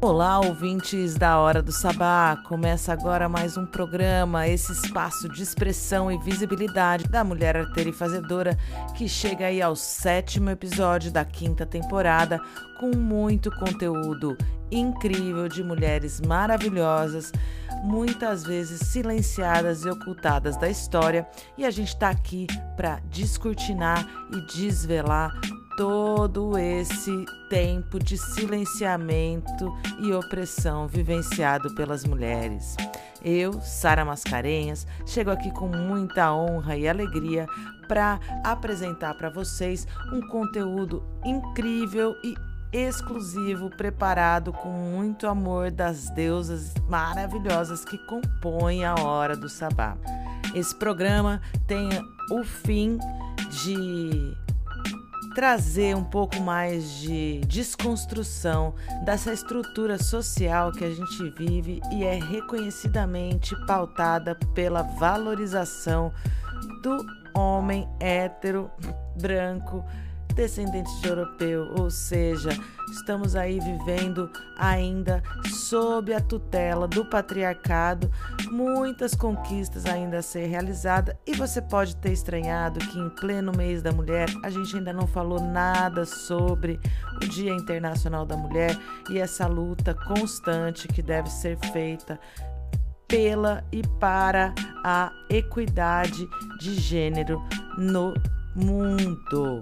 Olá, ouvintes da Hora do Sabá. Começa agora mais um programa, esse espaço de expressão e visibilidade da mulher arteira e fazedora, que chega aí ao 7º episódio da 5ª temporada, com muito conteúdo incrível de mulheres maravilhosas, muitas vezes silenciadas e ocultadas da história, e a gente está aqui para descortinar e desvelar todo esse tempo de silenciamento e opressão vivenciado pelas mulheres. Eu, Sara Mascarenhas, chego aqui com muita honra e alegria para apresentar para vocês um conteúdo incrível e exclusivo, preparado com muito amor das deusas maravilhosas que compõem a Hora do Sabá. Esse programa tem o fim de trazer um pouco mais de desconstrução dessa estrutura social que a gente vive e é reconhecidamente pautada pela valorização do homem hétero, branco, descendente de europeu, ou seja, estamos aí vivendo ainda sob a tutela do patriarcado, muitas conquistas ainda a ser realizadas, e você pode ter estranhado que em pleno mês da mulher a gente ainda não falou nada sobre o Dia Internacional da Mulher e essa luta constante que deve ser feita pela e para a equidade de gênero no mundo.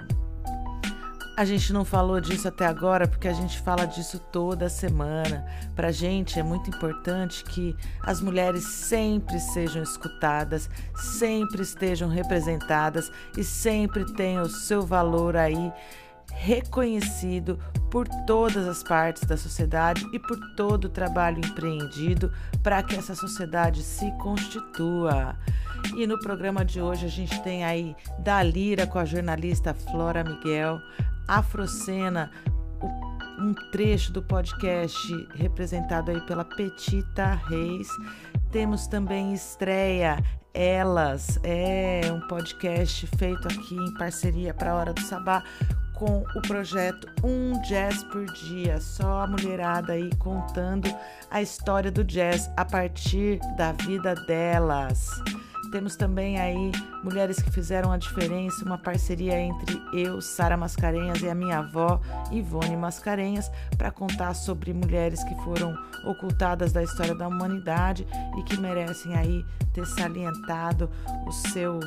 A gente não falou disso até agora porque a gente fala disso toda semana. Pra gente é muito importante que as mulheres sempre sejam escutadas, sempre estejam representadas e sempre tenham o seu valor aí reconhecido por todas as partes da sociedade e por todo o trabalho empreendido para que essa sociedade se constitua. E no programa de hoje a gente tem aí Dalira com a jornalista Flora Miguel, Afrocena, um trecho do podcast representado aí pela Petita Reis. Temos também Estreia, Elas, um podcast feito aqui em parceria para a Hora do Sabá com o projeto Um Jazz por Dia, só a mulherada aí contando a história do jazz a partir da vida delas. Temos também aí Mulheres que Fizeram a Diferença, uma parceria entre eu, Sara Mascarenhas, e a minha avó, Ivone Mascarenhas, para contar sobre mulheres que foram ocultadas da história da humanidade e que merecem aí ter salientado o seu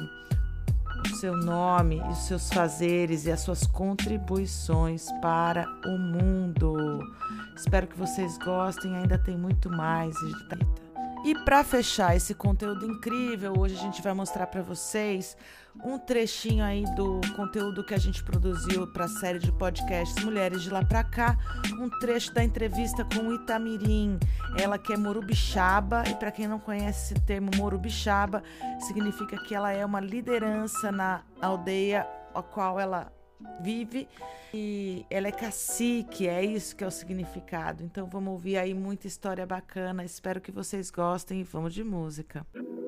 nome e os seus fazeres e as suas contribuições para o mundo. Espero que vocês gostem, ainda tem muito mais. E para fechar esse conteúdo incrível, hoje a gente vai mostrar para vocês um trechinho aí do conteúdo que a gente produziu para a série de podcasts Mulheres de Lá Pra Cá, um trecho da entrevista com Itamirim, ela que é morubixaba, e para quem não conhece esse termo morubixaba, significa que ela é uma liderança na aldeia a qual ela vive e ela é cacique, é isso que é o significado. Então vamos ouvir aí muita história bacana, espero que vocês gostem e vamos de música.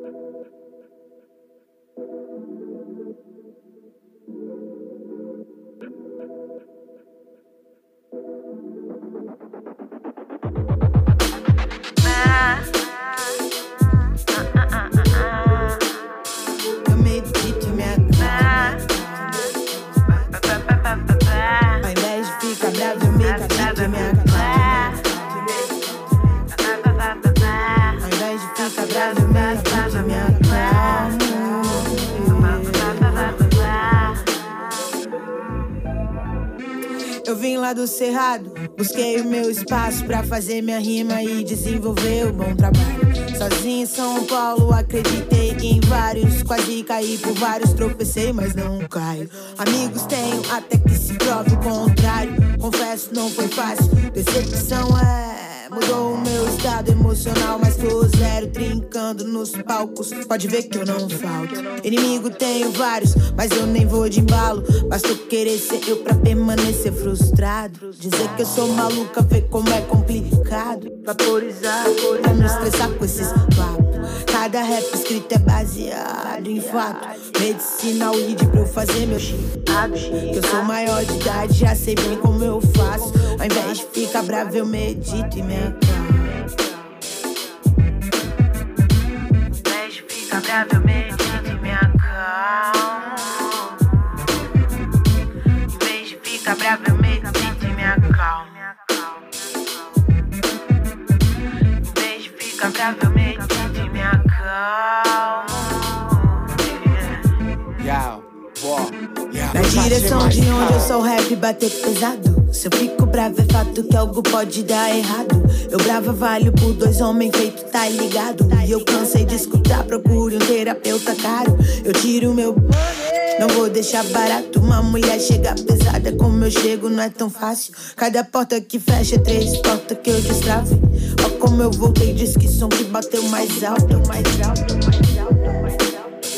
Eu vim lá do Cerrado, busquei o meu espaço pra fazer minha rima e desenvolver o bom trabalho. Sozinho em São Paulo, acreditei em vários, quase caí por vários, tropecei, mas não caio. Amigos tenho até que se prove o contrário. Confesso, não foi fácil, decepção mudou o meu estado emocional, mas tô zero, trincando nos palcos. Pode ver que eu não falto. Inimigo tenho vários, mas eu nem vou de embalo. Basta querer ser eu pra permanecer frustrado. Dizer que eu sou maluca, ver como é complicado. Vaporizar, não me estressar com esses papos. Cada rap escrito é baseado em fato. Medicina o lead pra eu fazer meu chiado. Que eu sou maior de idade, já sei bem como eu faço. Ao invés de ficar bravo, eu medito e me acalmo. Ao invés de ficar bravo, eu medito e me acalmo. Ao invés de ficar bravo, eu medito e me acalmo. Ao invés de ficar bravo, eu medito e me acalmo. Na direção de onde eu sou rap bater pesado. Se eu fico bravo é fato que algo pode dar errado. Eu brava valho por 2 homens feito, tá ligado? E eu cansei de escutar, procure um terapeuta caro. Eu tiro meu... Não vou deixar barato. Uma mulher chega pesada, como eu chego não é tão fácil. Cada porta que fecha é 3 portas que eu destrave. Ó como eu voltei, diz que som que bateu mais alto, mais alto, mais alto, mais alto.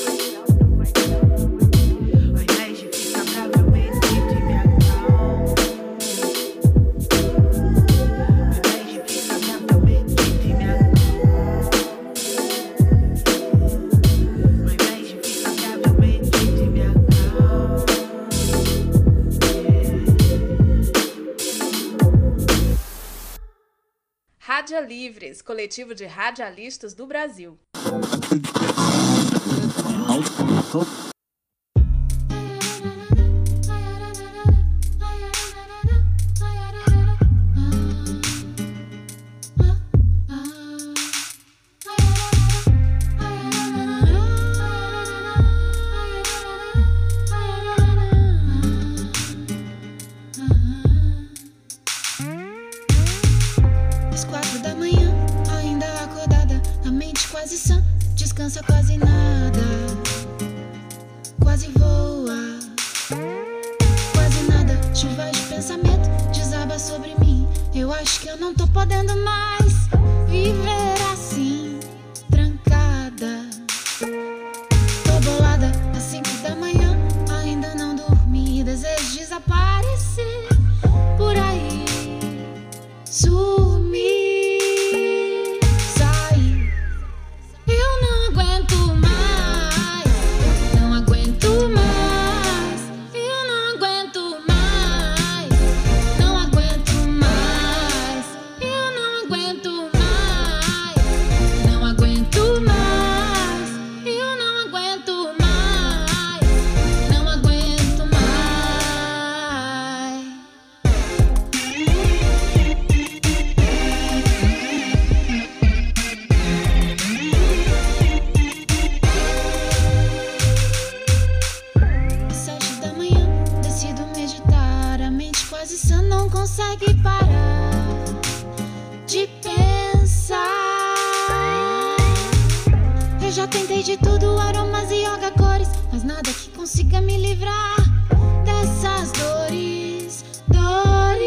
Rádia Livres, coletivo de radialistas do Brasil. Descansa quase nada, quase voa, quase nada. Chuva de pensamento desaba sobre mim. Eu acho que eu não tô podendo mais viver assim, trancada. Tô bolada às 5 da manhã, ainda não dormi. Desejo desaparecer por aí, sumir. Consegue parar de pensar. Eu já tentei de tudo, aromas e yoga cores, mas nada que consiga me livrar dessas dores, dores.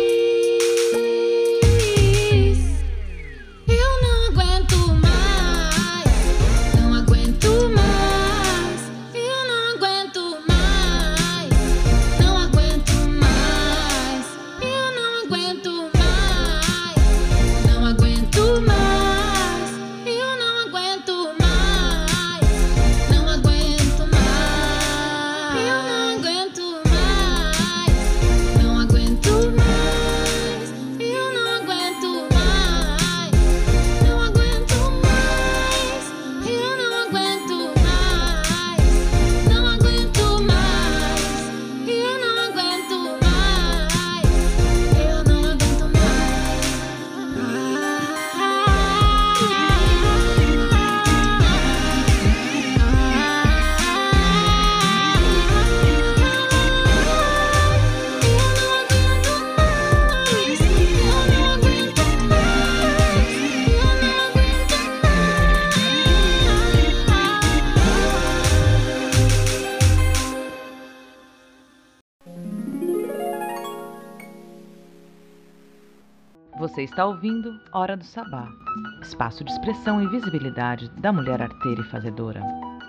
Eu não aguento mais, não aguento mais. Eu não aguento mais, não aguento mais. Eu não aguento mais, não aguento mais. Eu não aguento mais, não aguento mais. Eu não aguento mais, não aguento mais. Eu não aguento mais, não aguento mais. Eu não aguento mais, não aguento mais. Eu não aguento mais. Eu não aguento Você está ouvindo Hora do Sabá, espaço de expressão e visibilidade da mulher arteira e fazedora.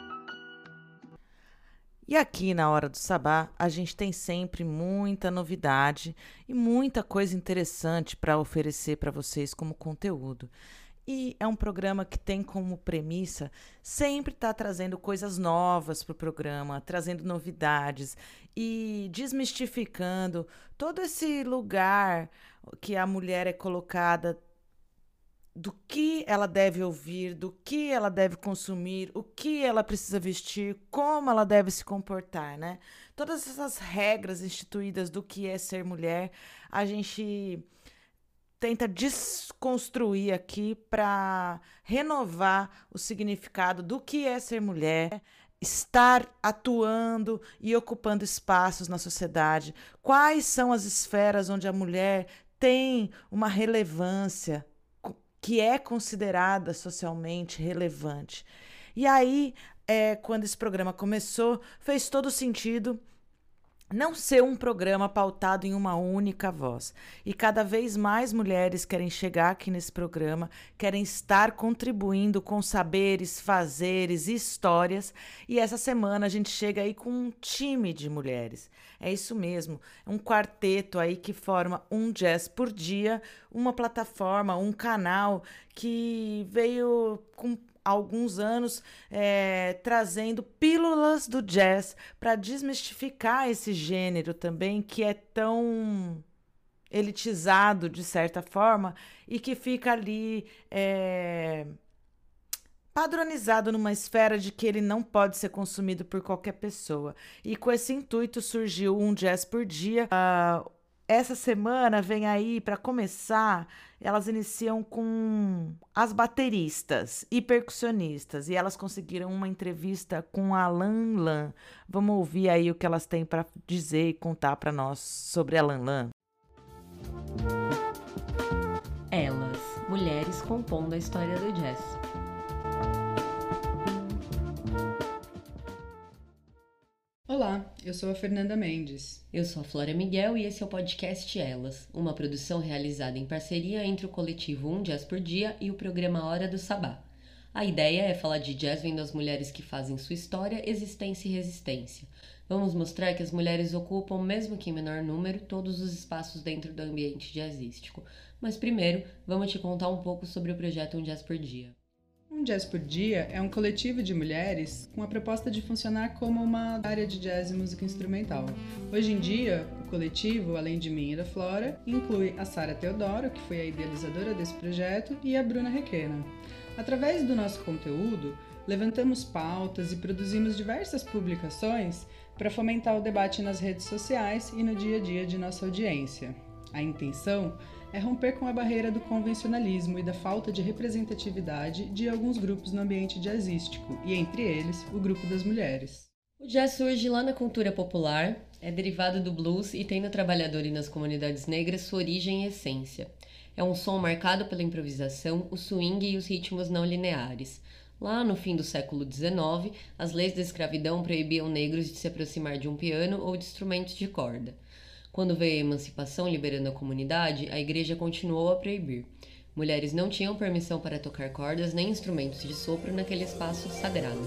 E aqui na Hora do Sabá, a gente tem sempre muita novidade e muita coisa interessante para oferecer para vocês como conteúdo. E é um programa que tem como premissa sempre estar trazendo coisas novas para o programa, trazendo novidades e desmistificando todo esse lugar que a mulher é colocada, do que ela deve ouvir, do que ela deve consumir, o que ela precisa vestir, como ela deve se comportar, né? Todas essas regras instituídas do que é ser mulher, a gente tenta desconstruir aqui para renovar o significado do que é ser mulher, estar atuando e ocupando espaços na sociedade. Quais são as esferas onde a mulher tem uma relevância que é considerada socialmente relevante? E aí, quando esse programa começou, fez todo sentido não ser um programa pautado em uma única voz. E cada vez mais mulheres querem chegar aqui nesse programa, querem estar contribuindo com saberes, fazeres e histórias. E essa semana a gente chega aí com um time de mulheres. É isso mesmo, um quarteto aí que forma um Jazz por Dia, uma plataforma, um canal que veio com alguns anos trazendo pílulas do jazz para desmistificar esse gênero também, que é tão elitizado de certa forma e que fica ali padronizado numa esfera de que ele não pode ser consumido por qualquer pessoa. E com esse intuito surgiu um Jazz por Dia. Essa semana vem aí, para começar, elas iniciam com as bateristas e percussionistas, e elas conseguiram uma entrevista com a Lan Lan. Vamos ouvir aí o que elas têm para dizer e contar para nós sobre a Lan Lan. Elas, mulheres compondo a história do jazz. Olá, eu sou a Fernanda Mendes. Eu sou a Flora Miguel e esse é o podcast Elas, uma produção realizada em parceria entre o coletivo Um Jazz por Dia e o programa Hora do Sabá. A ideia é falar de jazz vendo as mulheres que fazem sua história, existência e resistência. Vamos mostrar que as mulheres ocupam, mesmo que em menor número, todos os espaços dentro do ambiente jazzístico. Mas primeiro, vamos te contar um pouco sobre o projeto Um Jazz por Dia. Um Jazz por Dia é um coletivo de mulheres com a proposta de funcionar como uma área de jazz e música instrumental. Hoje em dia, o coletivo, além de mim e da Flora, inclui a Sara Teodoro, que foi a idealizadora desse projeto, e a Bruna Requena. Através do nosso conteúdo, levantamos pautas e produzimos diversas publicações para fomentar o debate nas redes sociais e no dia a dia de nossa audiência. A intenção é romper com a barreira do convencionalismo e da falta de representatividade de alguns grupos no ambiente jazzístico, e entre eles, o grupo das mulheres. O jazz surge lá na cultura popular, é derivado do blues e tem no trabalhador e nas comunidades negras sua origem e essência. É um som marcado pela improvisação, o swing e os ritmos não lineares. Lá no fim do século XIX, as leis da escravidão proibiam negros de se aproximar de um piano ou de instrumentos de corda. Quando veio a emancipação liberando a comunidade, a igreja continuou a proibir. Mulheres não tinham permissão para tocar cordas nem instrumentos de sopro naquele espaço sagrado.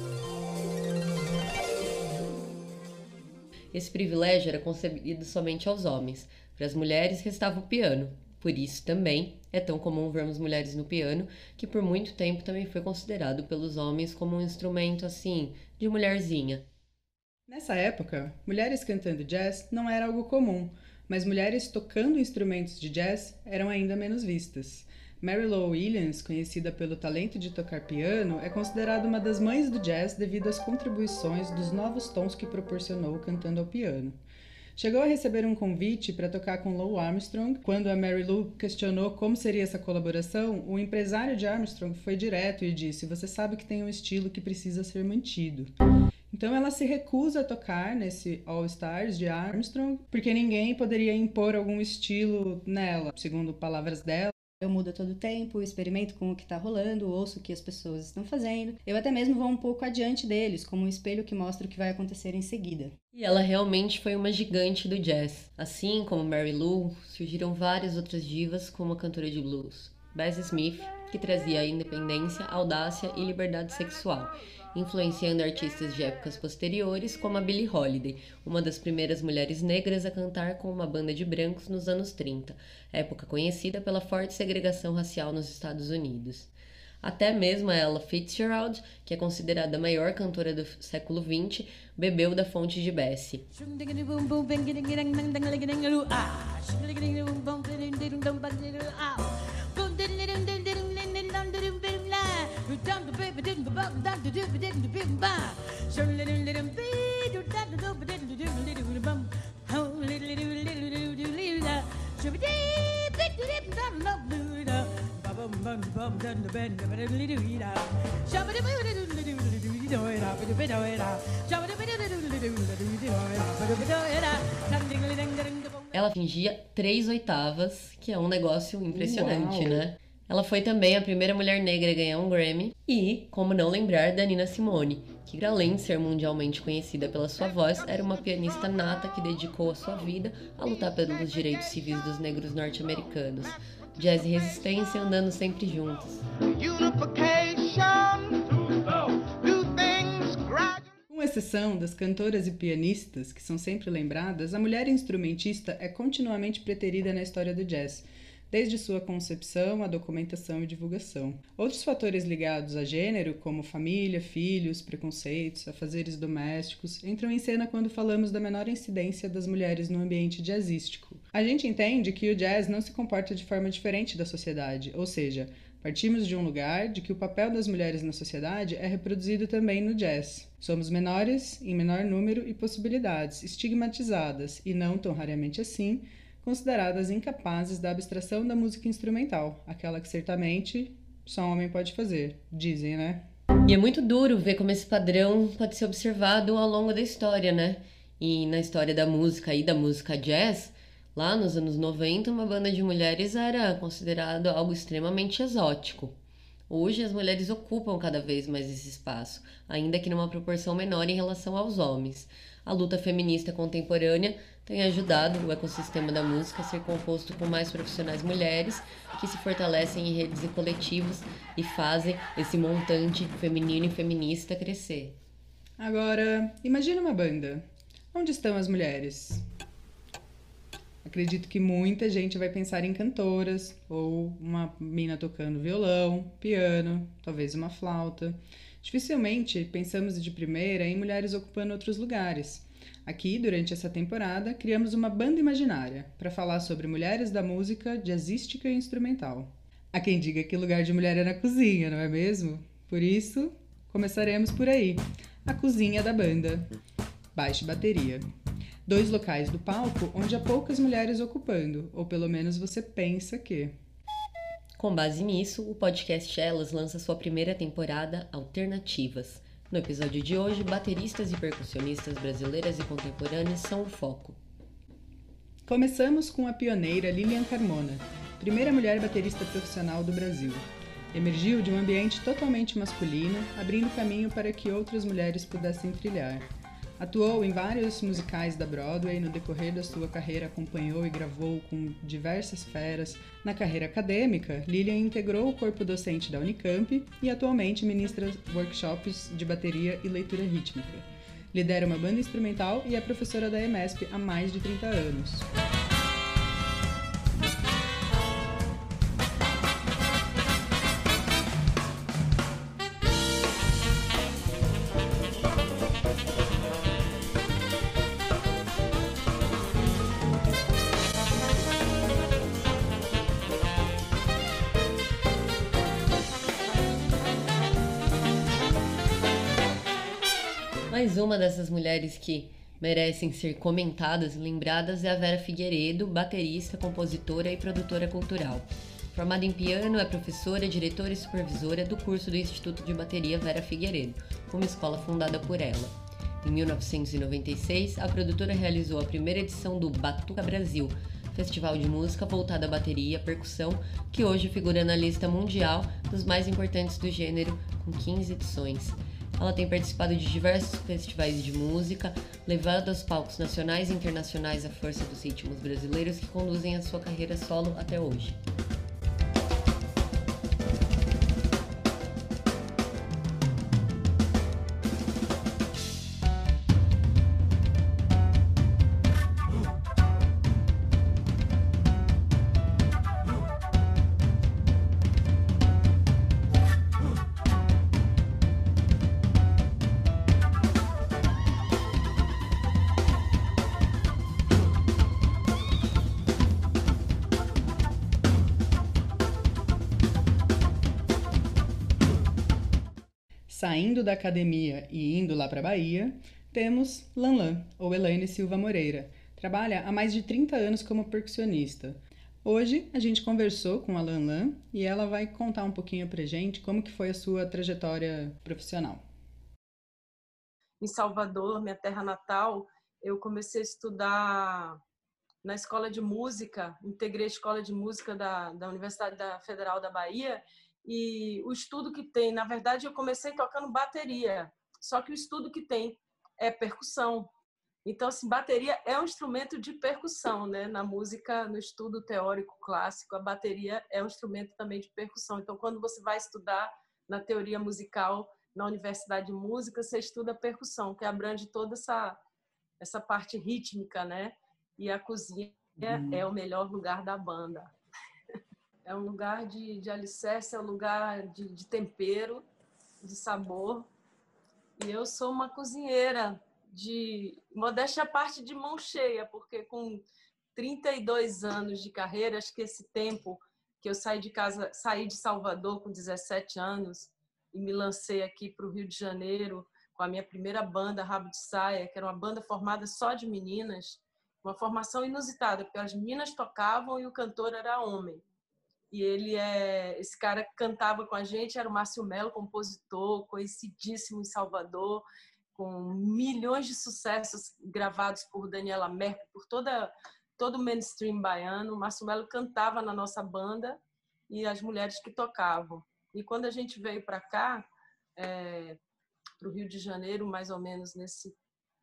Esse privilégio era concedido somente aos homens. Para as mulheres restava o piano. Por isso também é tão comum vermos mulheres no piano, que por muito tempo também foi considerado pelos homens como um instrumento assim, de mulherzinha. Nessa época, mulheres cantando jazz não era algo comum, mas mulheres tocando instrumentos de jazz eram ainda menos vistas. Mary Lou Williams, conhecida pelo talento de tocar piano, é considerada uma das mães do jazz devido às contribuições dos novos tons que proporcionou cantando ao piano. Chegou a receber um convite para tocar com Lou Armstrong. Quando a Mary Lou questionou como seria essa colaboração, o empresário de Armstrong foi direto e disse: "Você sabe que tem um estilo que precisa ser mantido." Então ela se recusa a tocar nesse All Stars de Armstrong, porque ninguém poderia impor algum estilo nela. Segundo palavras dela, eu mudo a todo tempo, experimento com o que está rolando, ouço o que as pessoas estão fazendo. Eu até mesmo vou um pouco adiante deles, como um espelho que mostra o que vai acontecer em seguida. E ela realmente foi uma gigante do jazz. Assim como Mary Lou, surgiram várias outras divas como a cantora de blues, Bessie Smith, que trazia a independência, audácia e liberdade sexual, influenciando artistas de épocas posteriores como a Billie Holiday, uma das primeiras mulheres negras a cantar com uma banda de brancos nos anos 30, época conhecida pela forte segregação racial nos Estados Unidos. Até mesmo a Ella Fitzgerald, que é considerada a maior cantora do século XX, bebeu da fonte de Bessie. Ela fingia 3/8, que é um negócio impressionante, né? Ela foi também a primeira mulher negra a ganhar um Grammy e, como não lembrar, da Nina Simone, que além de ser mundialmente conhecida pela sua voz, era uma pianista nata que dedicou a sua vida a lutar pelos direitos civis dos negros norte-americanos. Jazz e resistência andando sempre juntos. Com exceção das cantoras e pianistas, que são sempre lembradas, a mulher instrumentista é continuamente preterida na história do jazz, desde sua concepção, a documentação e divulgação. Outros fatores ligados a gênero, como família, filhos, preconceitos, afazeres domésticos, entram em cena quando falamos da menor incidência das mulheres no ambiente jazzístico. A gente entende que o jazz não se comporta de forma diferente da sociedade, ou seja, partimos de um lugar de que o papel das mulheres na sociedade é reproduzido também no jazz. Somos menores, em menor número e possibilidades, estigmatizadas, e não tão raramente assim, consideradas incapazes da abstração da música instrumental, aquela que certamente só um homem pode fazer, dizem, né? E é muito duro ver como esse padrão pode ser observado ao longo da história, né? E na história da música e da música jazz, lá nos anos 90, uma banda de mulheres era considerado algo extremamente exótico. Hoje as mulheres ocupam cada vez mais esse espaço, ainda que numa proporção menor em relação aos homens. A luta feminista contemporânea tem ajudado o ecossistema da música a ser composto por mais profissionais mulheres que se fortalecem em redes e coletivos e fazem esse montante feminino e feminista crescer. Agora, imagina uma banda. Onde estão as mulheres? Acredito que muita gente vai pensar em cantoras, ou uma mina tocando violão, piano, talvez uma flauta. Dificilmente pensamos de primeira em mulheres ocupando outros lugares. Aqui, durante essa temporada, criamos uma banda imaginária para falar sobre mulheres da música jazzística e instrumental. Há quem diga que lugar de mulher é na cozinha, não é mesmo? Por isso, começaremos por aí, a cozinha da banda. Baixo e bateria. 2 locais do palco onde há poucas mulheres ocupando, ou pelo menos você pensa que. Com base nisso, o podcast Elas lança sua primeira temporada Alternativas. No episódio de hoje, bateristas e percussionistas brasileiras e contemporâneas são o foco. Começamos com a pioneira Lilian Carmona, primeira mulher baterista profissional do Brasil. Emergiu de um ambiente totalmente masculino, abrindo caminho para que outras mulheres pudessem trilhar. Atuou em vários musicais da Broadway, no decorrer da sua carreira acompanhou e gravou com diversas feras. Na carreira acadêmica, Lilian integrou o corpo docente da Unicamp e atualmente ministra workshops de bateria e leitura rítmica. Lidera uma banda instrumental e é professora da EMESP há mais de 30 anos. Mais uma dessas mulheres que merecem ser comentadas e lembradas é a Vera Figueiredo, baterista, compositora e produtora cultural. Formada em piano, é professora, diretora e supervisora do curso do Instituto de Bateria Vera Figueiredo, uma escola fundada por ela. Em 1996, a produtora realizou a primeira edição do Batuca Brasil, festival de música voltado à bateria e percussão, que hoje figura na lista mundial dos mais importantes do gênero, com 15 edições. Ela tem participado de diversos festivais de música, levando aos palcos nacionais e internacionais a força dos ritmos brasileiros que conduzem a sua carreira solo até hoje. saindo da academia e indo lá para Bahia, temos Lanlan, ou Elaine Silva Moreira. Trabalha há mais de 30 anos como percussionista. Hoje a gente conversou com a Lanlan e ela vai contar um pouquinho pra gente como que foi a sua trajetória profissional. Em Salvador, minha terra natal, eu comecei a estudar na escola de música, integrei a escola de música da Universidade Federal da Bahia, e o estudo que tem, na verdade eu comecei tocando bateria, só que o estudo que tem é percussão. Então, assim, bateria é um instrumento de percussão, né? Na música, no estudo teórico clássico, a bateria é um instrumento também de percussão. Então, quando você vai estudar na teoria musical, na Universidade de Música, você estuda percussão, que abrange toda essa parte rítmica, né? E a cozinha é o melhor lugar da banda. É um lugar de alicerce, é um lugar de tempero, de sabor. E eu sou uma cozinheira de modéstia à parte, de mão cheia, porque com 32 anos de carreira, acho que esse tempo que eu saí de Salvador com 17 anos e me lancei aqui para o Rio de Janeiro com a minha primeira banda, Rabo de Saia, que era uma banda formada só de meninas, uma formação inusitada, porque as meninas tocavam e o cantor era homem. E esse cara que cantava com a gente era o Márcio Mello, compositor, conhecidíssimo em Salvador, com milhões de sucessos gravados por Daniela Mercury, por todo o mainstream baiano. O Márcio Mello cantava na nossa banda e as mulheres que tocavam. E quando a gente veio para cá, para o Rio de Janeiro, mais ou menos nesse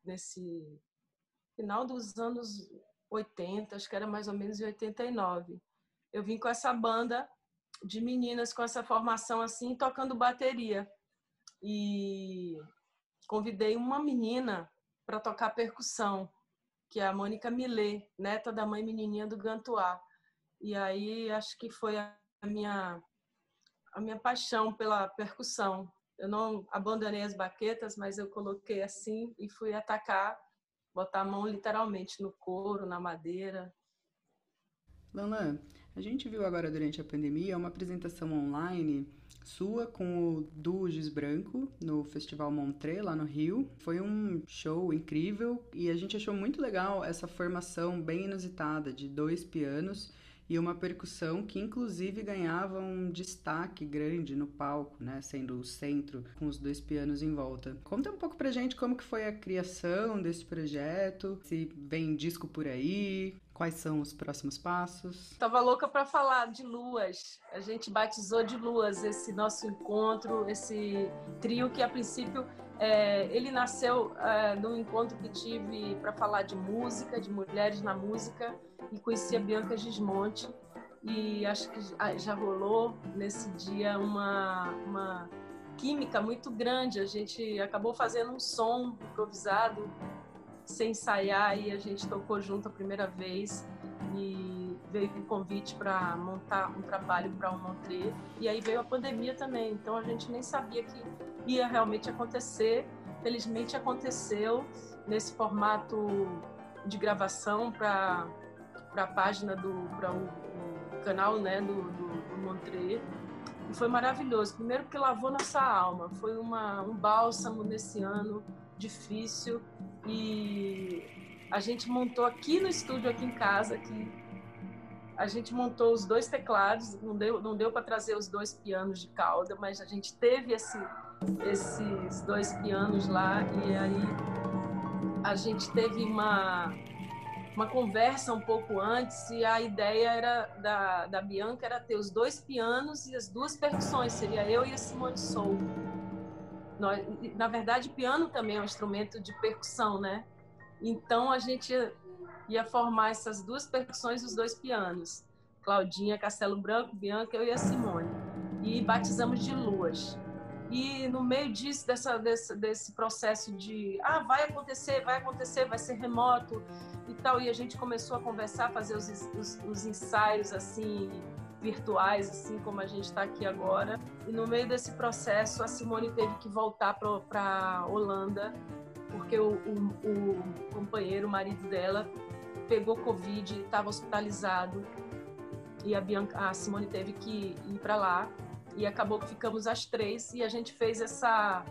final dos anos 80, acho que era mais ou menos em 89, eu vim com essa banda de meninas, com essa formação assim, tocando bateria. E convidei uma menina para tocar percussão, que é a Mônica Millet, neta da mãe menininha do Gantuá. E aí acho que foi a minha paixão pela percussão. Eu não abandonei as baquetas, mas eu coloquei assim e fui atacar, botar a mão literalmente no couro, na madeira. Lanlan, a gente viu agora durante a pandemia uma apresentação online sua com o Duo Giz Branco no Festival Montreux, lá no Rio. Foi um show incrível e a gente achou muito legal essa formação bem inusitada de 2 pianos e uma percussão que inclusive ganhava um destaque grande no palco, né, sendo o centro, com os 2 pianos em volta. Conta um pouco pra gente como que foi a criação desse projeto, se vem disco por aí, quais são os próximos passos. Tava louca para falar de Luas. A gente batizou de Luas esse nosso encontro, esse trio que a princípio ele nasceu num encontro que tive para falar de música, de mulheres na música, e conheci a Bianca Gismonti, e acho que já rolou nesse dia uma química muito grande. A gente acabou fazendo um som improvisado, sem ensaiar, e a gente tocou junto a primeira vez, e veio o convite para montar um trabalho para o Montreux, e aí veio a pandemia também, então a gente nem sabia que ia realmente acontecer. Felizmente aconteceu nesse formato de gravação para a página para o canal, né, do Montreux, e foi maravilhoso. Primeiro porque lavou nossa alma, foi um bálsamo nesse ano difícil, e a gente montou aqui no estúdio, aqui em casa, a gente montou os 2 teclados, não deu para trazer os 2 pianos de cauda, mas a gente teve esses 2 pianos lá, e aí a gente teve uma conversa um pouco antes, e a ideia era da Bianca era ter os 2 pianos e as 2 percussões, seria eu e a Simone Soul. Na verdade, piano também é um instrumento de percussão, né? Então a gente ia formar essas 2 percussões e os 2 pianos. Claudinha, Castelo Branco, Bianca, eu e a Simone. E batizamos de Luas. E no meio disso, desse processo de vai acontecer, vai ser remoto e tal, e a gente começou a conversar, fazer os ensaios assim, virtuais, assim como a gente está aqui agora. E no meio desse processo, a Simone teve que voltar para Holanda, porque o companheiro, o marido dela, pegou Covid, estava hospitalizado, e a Simone teve que ir para lá, e acabou que ficamos as 3, e a gente fez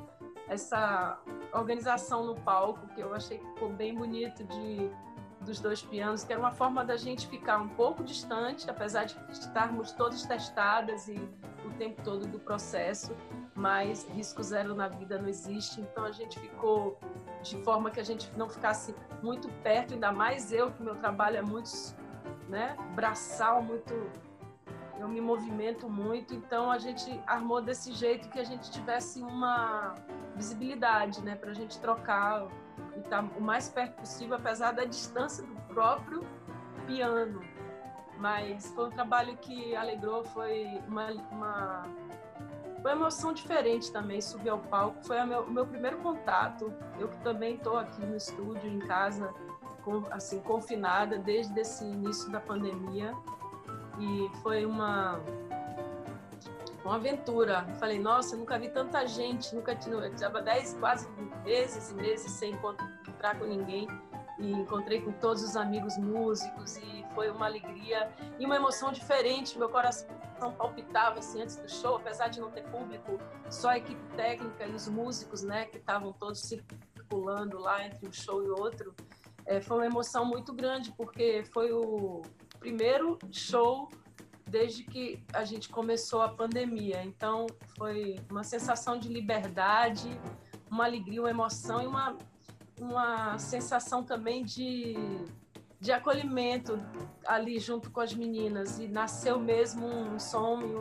essa organização no palco, que eu achei que ficou bem bonito dos 2 pianos, que era uma forma da gente ficar um pouco distante, apesar de estarmos todas testadas e o tempo todo do processo, mas risco zero na vida não existe, então a gente ficou de forma que a gente não ficasse muito perto, ainda mais eu, que meu trabalho é muito, né, braçal, eu me movimento muito, então a gente armou desse jeito que a gente tivesse uma visibilidade, né, para a gente trocar e estar o mais perto possível, apesar da distância do próprio piano. Mas foi um trabalho que alegrou, foi uma emoção diferente também, subir ao palco. Foi o meu primeiro contato. Eu que também estou aqui no estúdio, em casa, assim, confinada desde esse início da pandemia. E foi uma aventura. Falei, nossa, eu nunca vi tanta gente, eu estava quase meses sem encontrar com ninguém. E encontrei com todos os amigos músicos e foi uma alegria e uma emoção diferente. Meu coração palpitava assim antes do show, apesar de não ter público, só a equipe técnica e os músicos, né, que estavam todos circulando lá entre um show e outro. Foi uma emoção muito grande, porque foi o primeiro show desde que a gente começou a pandemia. Então, foi uma sensação de liberdade, uma alegria, uma emoção e uma sensação também de acolhimento ali junto com as meninas. E nasceu mesmo um som e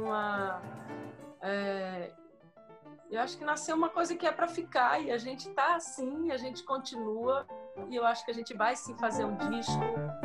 eu acho que nasceu uma coisa que é para ficar, e a gente tá assim, a gente continua, e eu acho que a gente vai sim fazer um disco.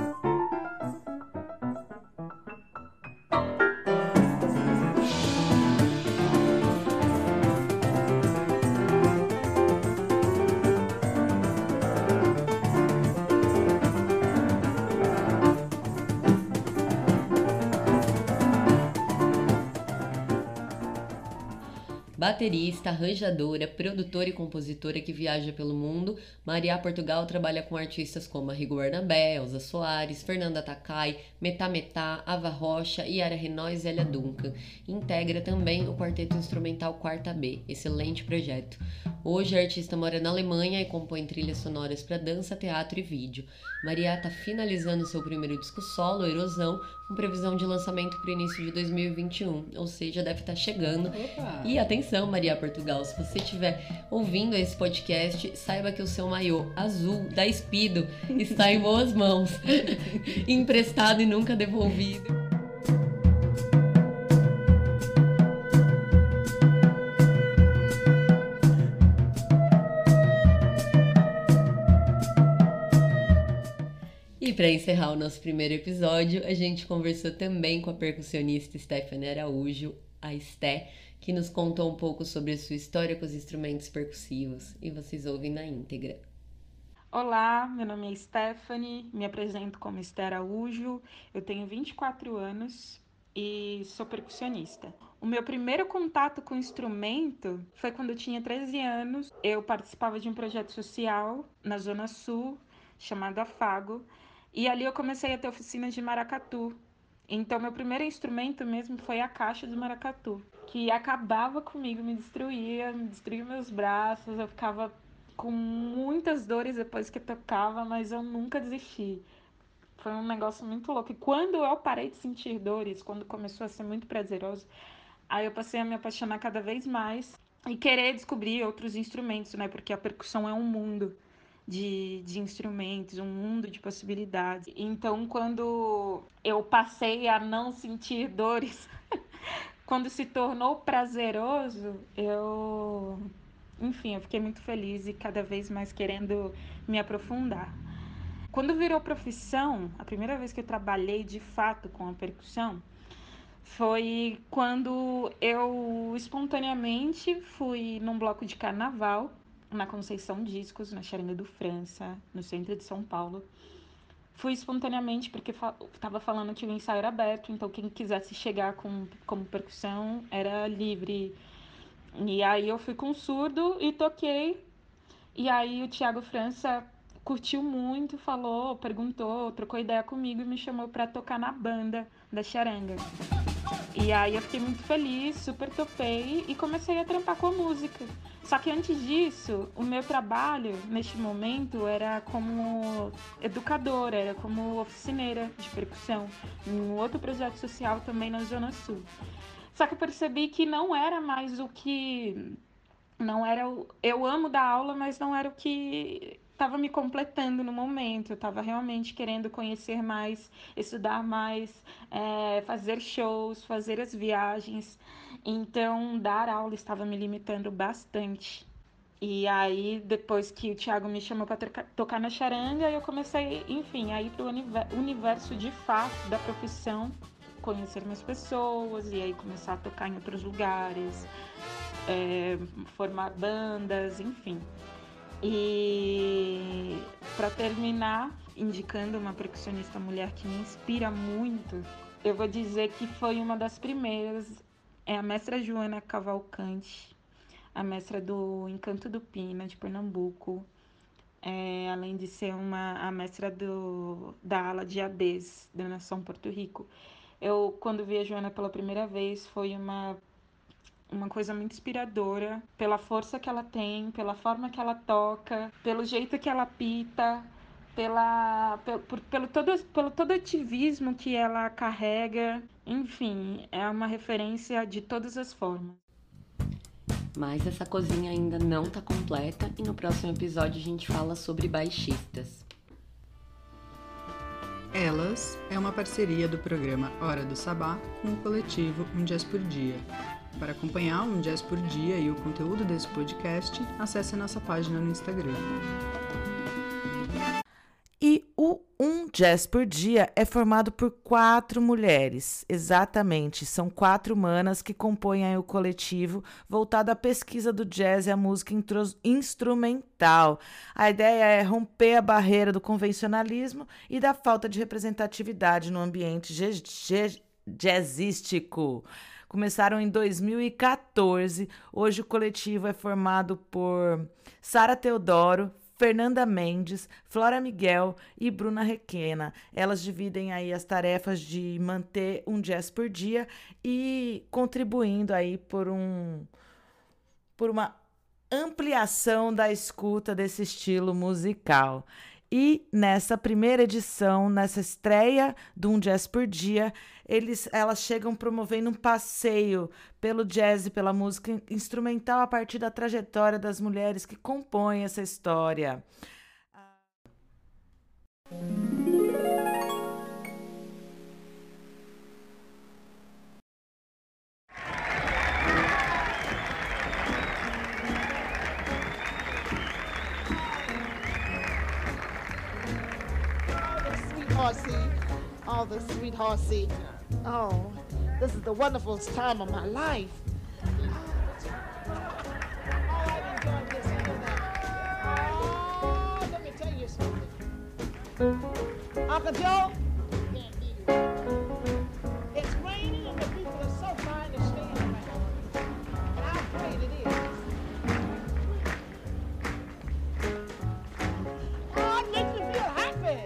Baterista, arranjadora, produtora e compositora que viaja pelo mundo, Maria Portugal trabalha com artistas como Arrigo Barnabé, Elza Soares, Fernanda Takai, Metá Metá, Ava Rocha, Yara Renóis e Elia Duncan. Integra também o quarteto instrumental Quarta B, excelente projeto. Hoje a artista mora na Alemanha e compõe trilhas sonoras para dança, teatro e vídeo. Maria está finalizando seu primeiro disco solo, Erosão, com previsão de lançamento para o início de 2021, ou seja, deve estar chegando. Opa. E atenção, Maria Portugal, se você estiver ouvindo esse podcast, saiba que o seu maiô azul da Speedo está em boas mãos, emprestado e nunca devolvido. E para encerrar o nosso primeiro episódio, a gente conversou também com a percussionista Stephanie Araújo, a Sté, que nos contou um pouco sobre a sua história com os instrumentos percussivos, e vocês ouvem na íntegra. Olá, meu nome é Stephanie, me apresento como Sté Araújo, eu tenho 24 anos e sou percussionista. O meu primeiro contato com o instrumento foi quando eu tinha 13 anos. Eu participava de um projeto social na Zona Sul, chamado Afago, e ali eu comecei a ter oficinas de maracatu. Então, meu primeiro instrumento mesmo foi a caixa do maracatu, que acabava comigo, me destruía meus braços, eu ficava com muitas dores depois que tocava, mas eu nunca desisti. Foi um negócio muito louco. E quando eu parei de sentir dores, quando começou a ser muito prazeroso, aí eu passei a me apaixonar cada vez mais e querer descobrir outros instrumentos, né? Porque a percussão é um mundo de instrumentos, um mundo de possibilidades. Então, quando eu passei a não sentir dores, quando se tornou prazeroso, eu fiquei muito feliz e cada vez mais querendo me aprofundar. Quando virou profissão, a primeira vez que eu trabalhei de fato com a percussão foi quando eu espontaneamente fui num bloco de carnaval na Conceição Discos, na Charanga do França, no centro de São Paulo. Fui espontaneamente porque estava falando que o ensaio era aberto, então quem quisesse chegar como percussão era livre. E aí eu fui com surdo e toquei. E aí o Thiago França curtiu muito, perguntou, trocou ideia comigo e me chamou para tocar na banda da Charanga. E aí eu fiquei muito feliz, super topei e comecei a trampar com a música. Só que antes disso, o meu trabalho, neste momento, era como educadora, era como oficineira de percussão, em um outro projeto social também na Zona Sul. Só que eu percebi que não era mais o que... Eu amo dar aula, mas não era o que estava me completando no momento. Eu estava realmente querendo conhecer mais, estudar mais, fazer shows, fazer as viagens. Então, dar aula estava me limitando bastante. E aí, depois que o Thiago me chamou para tocar na charanga, eu comecei, enfim, a ir para o universo de fato da profissão, conhecer mais pessoas e aí começar a tocar em outros lugares, formar bandas, enfim. E para terminar, indicando uma percussionista mulher que me inspira muito, eu vou dizer que foi uma das primeiras, é a mestra Joana Cavalcante, a mestra do Encanto do Pina, de Pernambuco, além de ser a mestra da ala de ABs da Nação Porto Rico. Eu, quando vi a Joana pela primeira vez, foi uma coisa muito inspiradora, pela força que ela tem, pela forma que ela toca, pelo jeito que ela apita, pelo todo ativismo que ela carrega. Enfim, é uma referência de todas as formas. Mas essa cozinha ainda não tá completa e no próximo episódio a gente fala sobre baixistas. Elas é uma parceria do programa Hora do Sabá com o coletivo Um Jazz por Dia. Para acompanhar Um Jazz por Dia e o conteúdo desse podcast, acesse a nossa página no Instagram. E o Um Jazz por Dia é formado por 4 mulheres. Exatamente, são 4 manas que compõem aí o coletivo voltado à pesquisa do jazz e à música instrumental. A ideia é romper a barreira do convencionalismo e da falta de representatividade no ambiente jazzístico. Começaram em 2014. Hoje o coletivo é formado por Sara Teodoro, Fernanda Mendes, Flora Miguel e Bruna Requena. Elas dividem aí as tarefas de manter um jazz por dia e contribuindo aí por uma ampliação da escuta desse estilo musical. E nessa primeira edição, nessa estreia do Um Jazz por Dia, elas chegam promovendo um passeio pelo jazz e pela música instrumental a partir da trajetória das mulheres que compõem essa história. All the sweet horsey. Oh, this is the wonderful time of my life. Oh, let me tell you something. Uncle Joe, it's raining and the people are so fine to stay around. And how great it is. Oh, it makes me feel happy.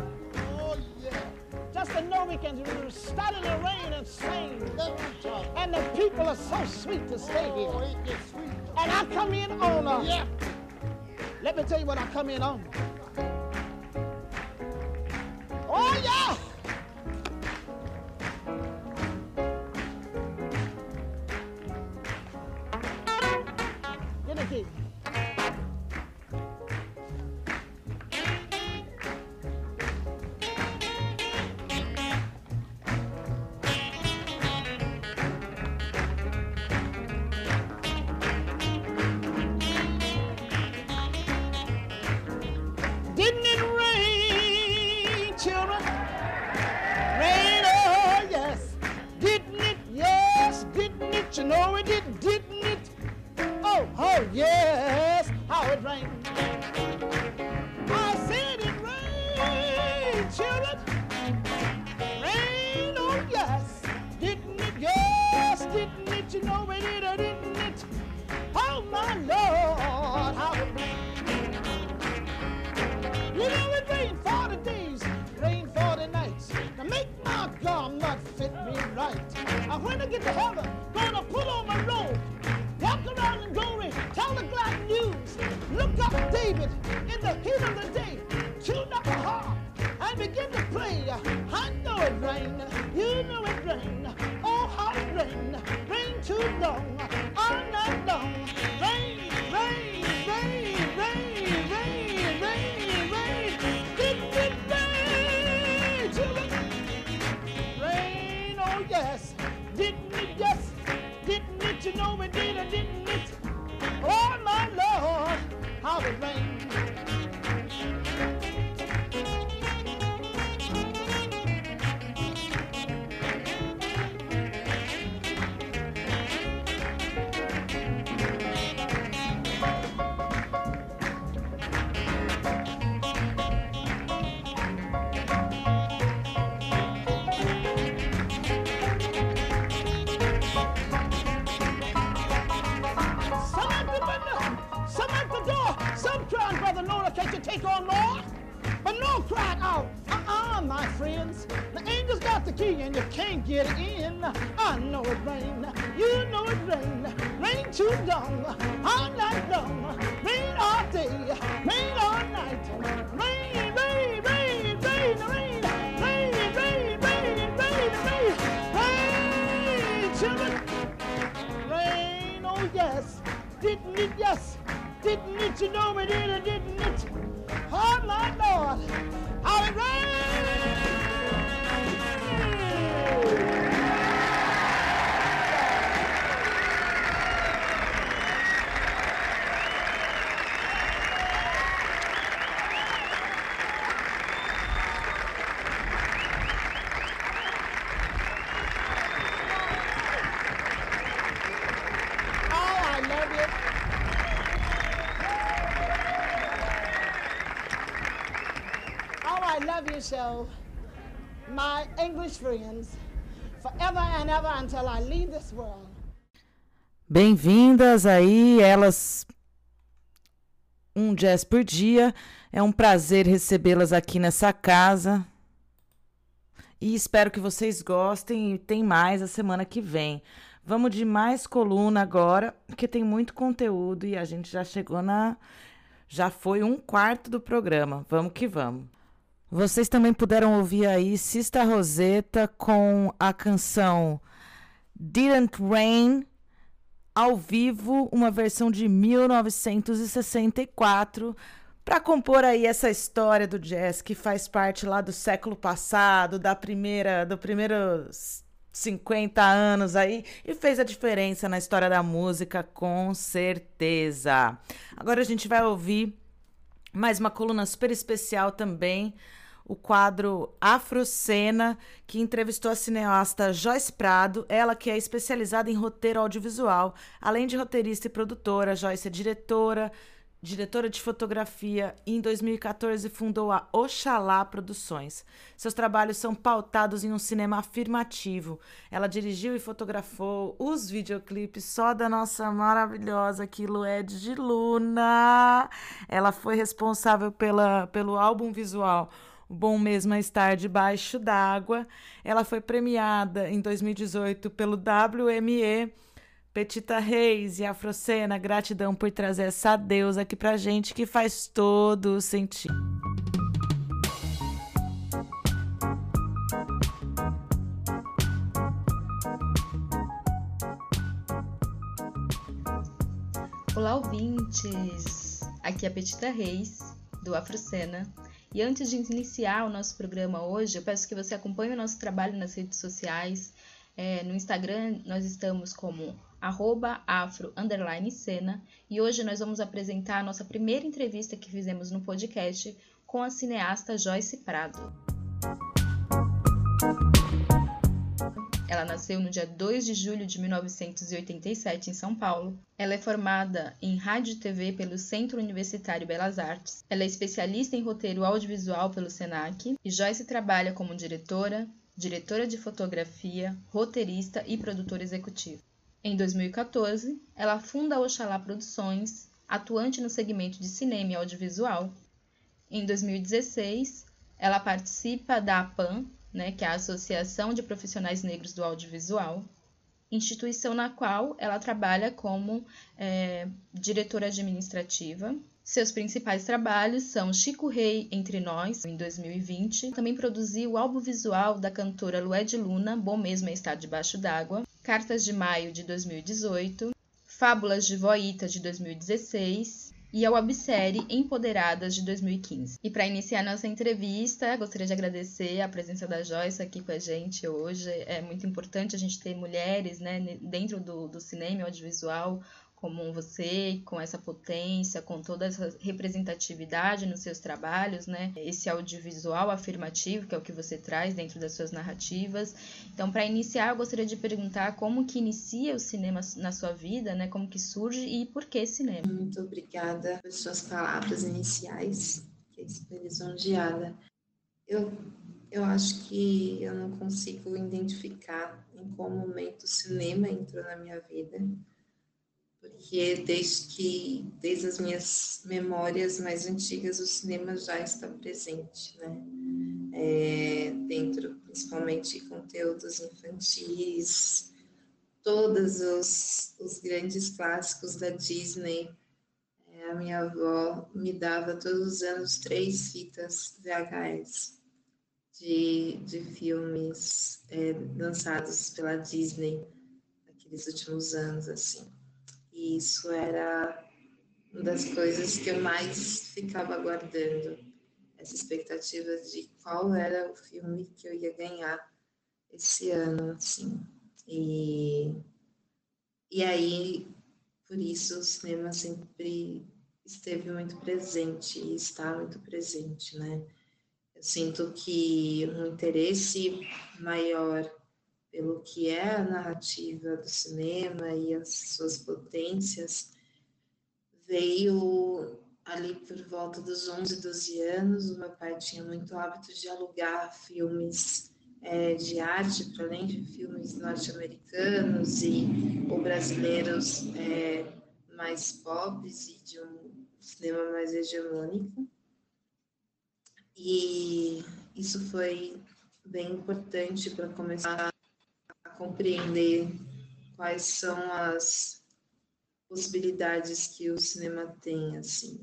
Just to know we can start in the rain and sing. And the people are so sweet to stay here. And I come in on let me tell you what I come in on. Oh yeah! Get the key. Didn't it rain, children? Rain, oh yes. Didn't it? Yes, didn't it? You know it did, didn't it? Oh, yes, how it rained. I said it rained, children. Rain, oh yes. Didn't it? Yes, didn't it? You know it did, or didn't it? Oh my Lord, how it rained. You know it rained 40 days, rained 40 nights. To make my garment fit me right. get to heaven, gonna put on my robe, walk around in glory, tell the glad news. Look up David in the heat of the day, tune up a harp and begin to play. I know it rain, you know it rain. Oh, how it rain, rain too long, all night long. Rain, rain, rain, rain, rain, rain, rain. Didn't it rain, children? Rain, oh yes. Didn't it, yes. Didn't it, you know it did, or didn't it? Oh, my Lord, how it rained. Can't you take on more? But no cried out, my friends. The angel's got the key and you can't get in. I know it rain, you know it rain. Rain too long, all night long. Rain all day, rain all night. Rain, rain, rain, rain, rain. Rain, rain, rain, rain, rain. Rain, children. Rain, oh yes. Didn't it, yes. Didn't it, you know it did, or didn't it? Oh, my Lord, how it rained! Oh, I love it. I love you so, my English friends, forever and ever until I leave this world. Bem-vindas aí, elas, um jazz por dia. É um prazer recebê-las aqui nessa casa. E espero que vocês gostem, e tem mais a semana que vem. Vamos de mais coluna agora, porque tem muito conteúdo e a gente já chegou já foi 1/4 do programa. Vamos que vamos. Vocês também puderam ouvir aí Sista Rosetta com a canção Didn't Rain, ao vivo, uma versão de 1964, para compor aí essa história do jazz que faz parte lá do século passado, do primeiros 50 anos aí, e fez a diferença na história da música, com certeza. Agora a gente vai ouvir mais uma coluna super especial também, o quadro Afrocena, que entrevistou a cineasta Joyce Prado, ela que é especializada em roteiro audiovisual. Além de roteirista e produtora, Joyce é diretora de fotografia e em 2014 fundou a Oxalá Produções. Seus trabalhos são pautados em um cinema afirmativo. Ela dirigiu e fotografou os videoclipes só da nossa maravilhosa Quiloed de Luna. Ela foi responsável pelo álbum visual O Bom Mesmo é Estar Debaixo d'Água. Ela foi premiada em 2018 pelo WME. Petita Reis e Afrocena, gratidão por trazer essa deusa aqui pra gente, que faz todo o sentido. Olá, ouvintes! Aqui é a Petita Reis, do Afrocena. E antes de iniciar o nosso programa hoje, eu peço que você acompanhe o nosso trabalho nas redes sociais. No Instagram, nós estamos como @afro_cena, e hoje nós vamos apresentar a nossa primeira entrevista que fizemos no podcast com a cineasta Joyce Prado. Ela nasceu no dia 2 de julho de 1987 em São Paulo. Ela é formada em rádio e TV pelo Centro Universitário Belas Artes. Ela é especialista em roteiro audiovisual pelo Senac, e Joyce trabalha como diretora de fotografia, roteirista e produtora executiva. Em 2014, ela funda a Oxalá Produções, atuante no segmento de cinema e audiovisual. Em 2016, ela participa da APAN, que é a Associação de Profissionais Negros do Audiovisual. instituição na qual ela trabalha como diretora administrativa. Seus principais trabalhos são Chico Rei Entre Nós, em 2020. Também produziu o álbum visual da cantora Lued Luna, Bom Mesmo é Estar Debaixo d'Água, Cartas de Maio, de 2018, Fábulas de Voita, de 2016, e a websérie Empoderadas, de 2015. E para iniciar nossa entrevista, gostaria de agradecer a presença da Joyce aqui com a gente hoje. É muito importante a gente ter mulheres, né, dentro do cinema e audiovisual, como você, com essa potência, com toda essa representatividade nos seus trabalhos, né? Esse audiovisual afirmativo, que é o que você traz dentro das suas narrativas. Então, para iniciar, eu gostaria de perguntar como que inicia o cinema na sua vida, né? Como que surge e por que cinema? Muito obrigada por suas palavras iniciais, que estou lisonjeada. Eu acho que eu não consigo identificar em qual momento o cinema entrou na minha vida, porque desde as minhas memórias mais antigas o cinema já está presente, né? Dentro, principalmente, de conteúdos infantis, todos os grandes clássicos da Disney. A minha avó me dava todos os anos 3 fitas VHS de filmes lançados pela Disney naqueles últimos anos, assim. E isso era uma das coisas que eu mais ficava aguardando, essa expectativa de qual era o filme que eu ia ganhar esse ano, assim. E aí, por isso, o cinema sempre esteve muito presente e está muito presente, né? Eu sinto que um interesse maior pelo que é a narrativa do cinema e as suas potências, veio ali por volta dos 11, 12 anos. O meu pai tinha muito hábito de alugar filmes de arte, para além de filmes norte-americanos ou brasileiros mais pop e de um cinema mais hegemônico. E isso foi bem importante para começar a compreender quais são as possibilidades que o cinema tem, assim.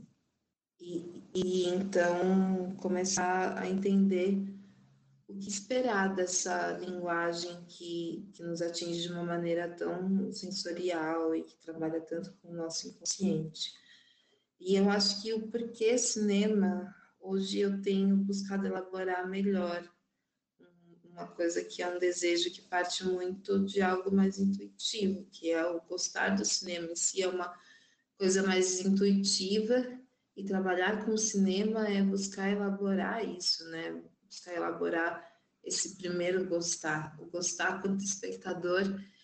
E então começar a entender o que esperar dessa linguagem que nos atinge de uma maneira tão sensorial e que trabalha tanto com o nosso inconsciente. E eu acho que o porquê cinema, hoje eu tenho buscado elaborar melhor, uma coisa que é um desejo que parte muito de algo mais intuitivo, que é o gostar do cinema em si, é uma coisa mais intuitiva, e trabalhar com o cinema é buscar elaborar isso, né? Buscar elaborar esse primeiro gostar. O gostar quanto espectador,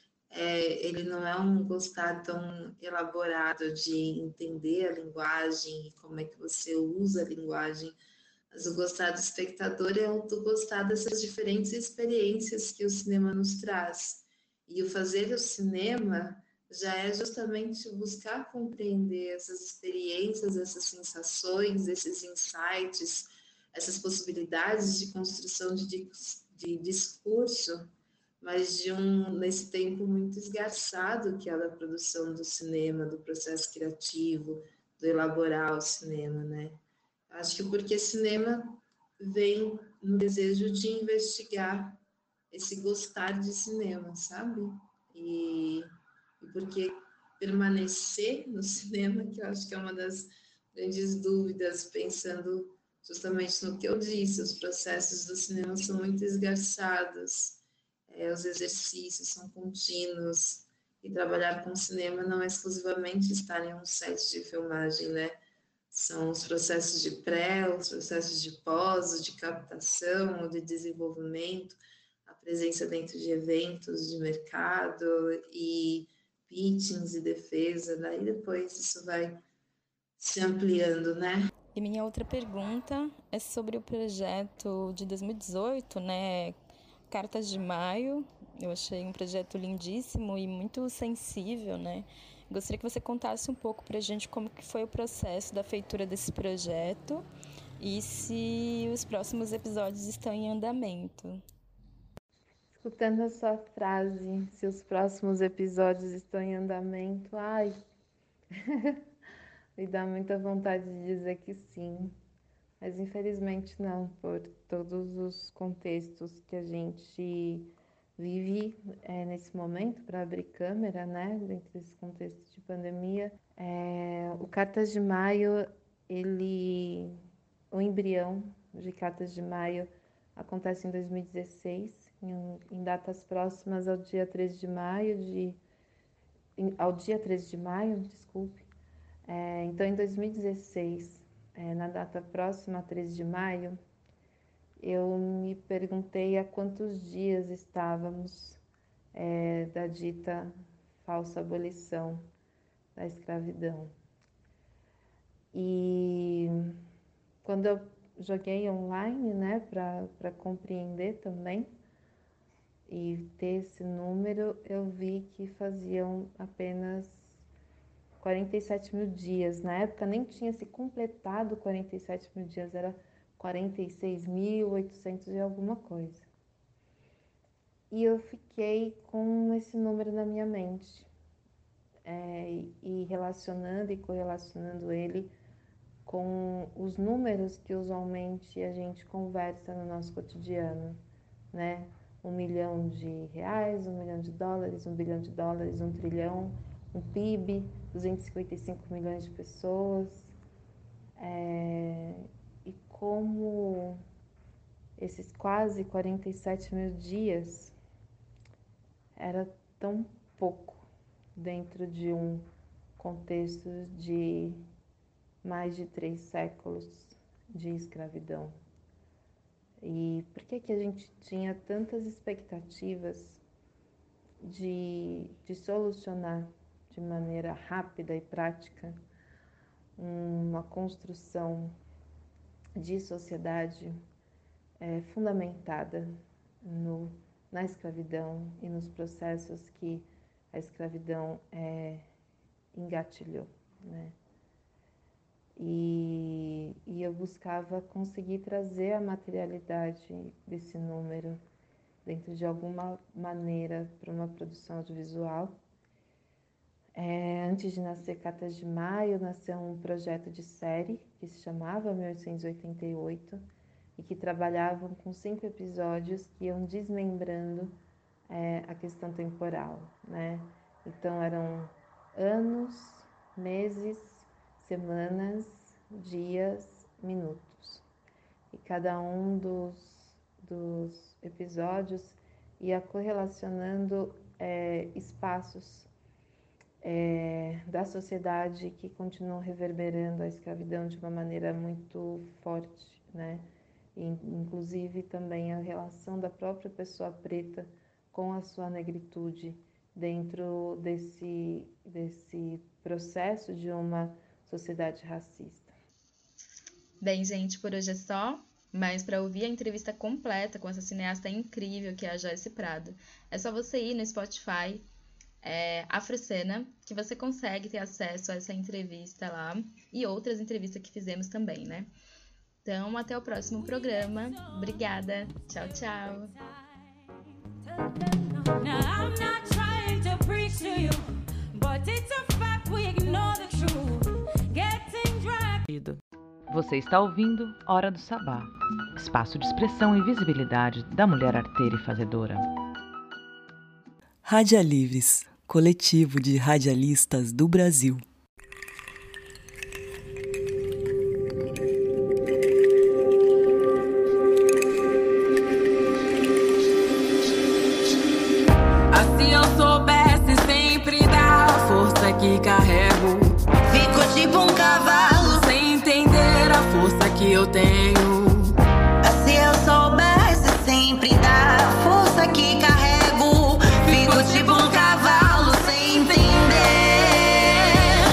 ele não é um gostar tão elaborado de entender a linguagem e como é que você usa a linguagem, mas o gostar do espectador é o do gostar dessas diferentes experiências que o cinema nos traz. E o fazer o cinema já é justamente buscar compreender essas experiências, essas sensações, esses insights, essas possibilidades de construção de discurso, mas nesse tempo muito esgarçado que é da produção do cinema, do processo criativo, do elaborar o cinema, né? Acho que porque cinema vem no desejo de investigar esse gostar de cinema, sabe? E porque permanecer no cinema, que eu acho que é uma das grandes dúvidas, pensando justamente no que eu disse, os processos do cinema são muito esgarçados, os exercícios são contínuos, e trabalhar com cinema não é exclusivamente estar em um set de filmagem, né? São os processos de pré, os processos de pós, de captação, de desenvolvimento, a presença dentro de eventos de mercado e pitchings e defesa, daí depois isso vai se ampliando, né? E minha outra pergunta é sobre o projeto de 2018, né? Cartas de Maio. Eu achei um projeto lindíssimo e muito sensível, né? Gostaria que você contasse um pouco pra gente como que foi o processo da feitura desse projeto e se os próximos episódios estão em andamento. Escutando a sua frase, se os próximos episódios estão em andamento, ai, me dá muita vontade de dizer que sim, mas infelizmente não, por todos os contextos que a gente vive nesse momento para abrir câmera, né, dentro desse contexto de pandemia. O Cartas de Maio, o embrião de Cartas de Maio acontece em 2016, em datas próximas ao dia 13 de maio, desculpe. Então, em 2016, na data próxima a 13 de maio, eu me perguntei há quantos dias estávamos da dita falsa abolição da escravidão. E quando eu joguei online, né, para compreender também e ter esse número, eu vi que faziam apenas 47 mil dias. Na época nem tinha se completado 47 mil dias, era 46.800 e alguma coisa. E eu fiquei com esse número na minha mente, e relacionando e correlacionando ele com os números que usualmente a gente conversa no nosso cotidiano, né? 1 milhão de reais, 1 milhão de dólares, 1 bilhão de dólares, 1 trilhão, um PIB, 255 milhões de pessoas. E como esses quase 47 mil dias era tão pouco dentro de um contexto de mais de 3 séculos de escravidão. E por que a gente tinha tantas expectativas de solucionar de maneira rápida e prática uma construção de sociedade fundamentada na escravidão e nos processos que a escravidão engatilhou, né? E eu buscava conseguir trazer a materialidade desse número dentro de alguma maneira para uma produção audiovisual. Antes de nascer Cartas de Maio, nasceu um projeto de série que se chamava 1888 e que trabalhavam com 5 episódios que iam desmembrando a questão temporal, né? Então eram anos, meses, semanas, dias, minutos. E cada um dos episódios ia correlacionando espaços da sociedade que continuam reverberando a escravidão de uma maneira muito forte, né? E, inclusive também a relação da própria pessoa preta com a sua negritude dentro desse processo de uma sociedade racista. Bem, gente, por hoje é só, mas para ouvir a entrevista completa com essa cineasta incrível que é a Joyce Prado, é só você ir no Spotify, Afrocena, que você consegue ter acesso a essa entrevista lá e outras entrevistas que fizemos também, né? Então, até o próximo programa. Obrigada. Tchau, tchau. Você está ouvindo Hora do Sabá, espaço de expressão e visibilidade da mulher arteira e fazedora. Radialivres, coletivo de radialistas do Brasil. Se eu soubesse sempre da força que carrego, fico tipo um cavalo sem entender a força que eu tenho. Se eu soubesse sempre da força que carrego, fico tipo um cavalo sem entender.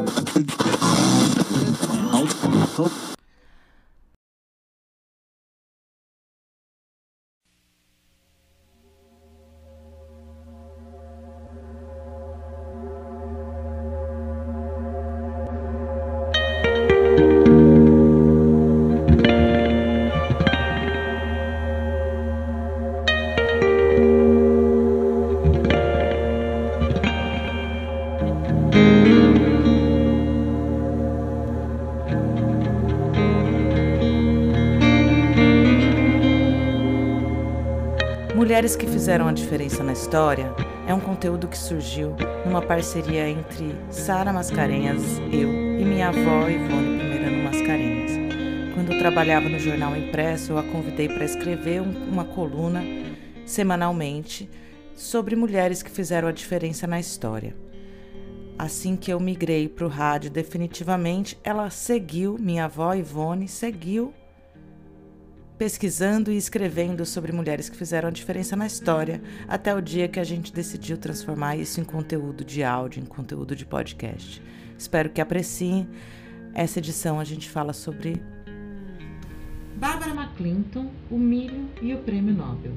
Mulheres que fizeram a diferença na história é um conteúdo que surgiu numa parceria entre Sara Mascarenhas, eu e minha avó Ivone Primeirano Mascarenhas. Quando eu trabalhava no jornal impresso, eu a convidei para escrever uma coluna semanalmente sobre mulheres que fizeram a diferença na história. Assim que eu migrei para o rádio definitivamente, ela seguiu, minha avó Ivone seguiu pesquisando e escrevendo sobre mulheres que fizeram a diferença na história, até o dia que a gente decidiu transformar isso em conteúdo de áudio, em conteúdo de podcast. Espero que apreciem. Essa edição a gente fala sobre Barbara McClinton, o milho e o prêmio Nobel.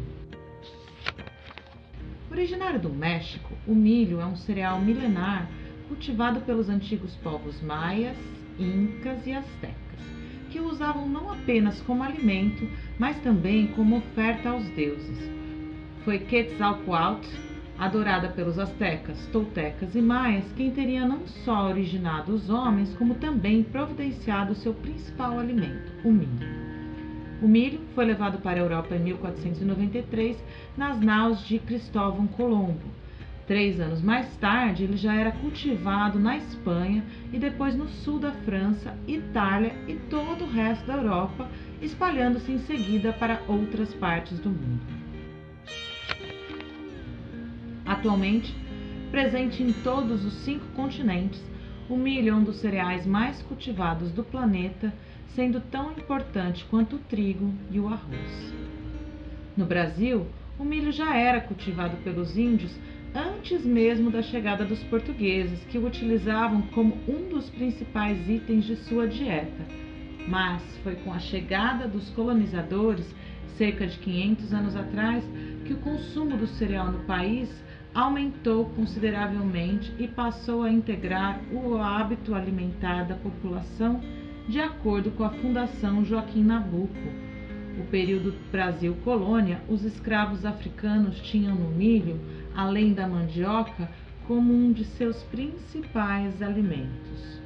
Originário do México, o milho é um cereal milenar cultivado pelos antigos povos maias, incas e astecas, que o usavam não apenas como alimento, mas também como oferta aos deuses. Foi Quetzalcoatl, adorada pelos astecas, toltecas e maias, quem teria não só originado os homens, como também providenciado seu principal alimento, o milho. O milho foi levado para a Europa em 1493 nas naus de Cristóvão Colombo. 3 anos mais tarde, ele já era cultivado na Espanha e depois no sul da França, Itália e todo o resto da Europa, espalhando-se em seguida para outras partes do mundo. Atualmente, presente em todos os 5 continentes, o milho é um dos cereais mais cultivados do planeta, sendo tão importante quanto o trigo e o arroz. No Brasil, o milho já era cultivado pelos índios antes mesmo da chegada dos portugueses, que o utilizavam como um dos principais itens de sua dieta. Mas foi com a chegada dos colonizadores, cerca de 500 anos atrás, que o consumo do cereal no país aumentou consideravelmente e passou a integrar o hábito alimentar da população, de acordo com a Fundação Joaquim Nabuco. O período Brasil Colônia, os escravos africanos tinham no milho, além da mandioca, como um de seus principais alimentos.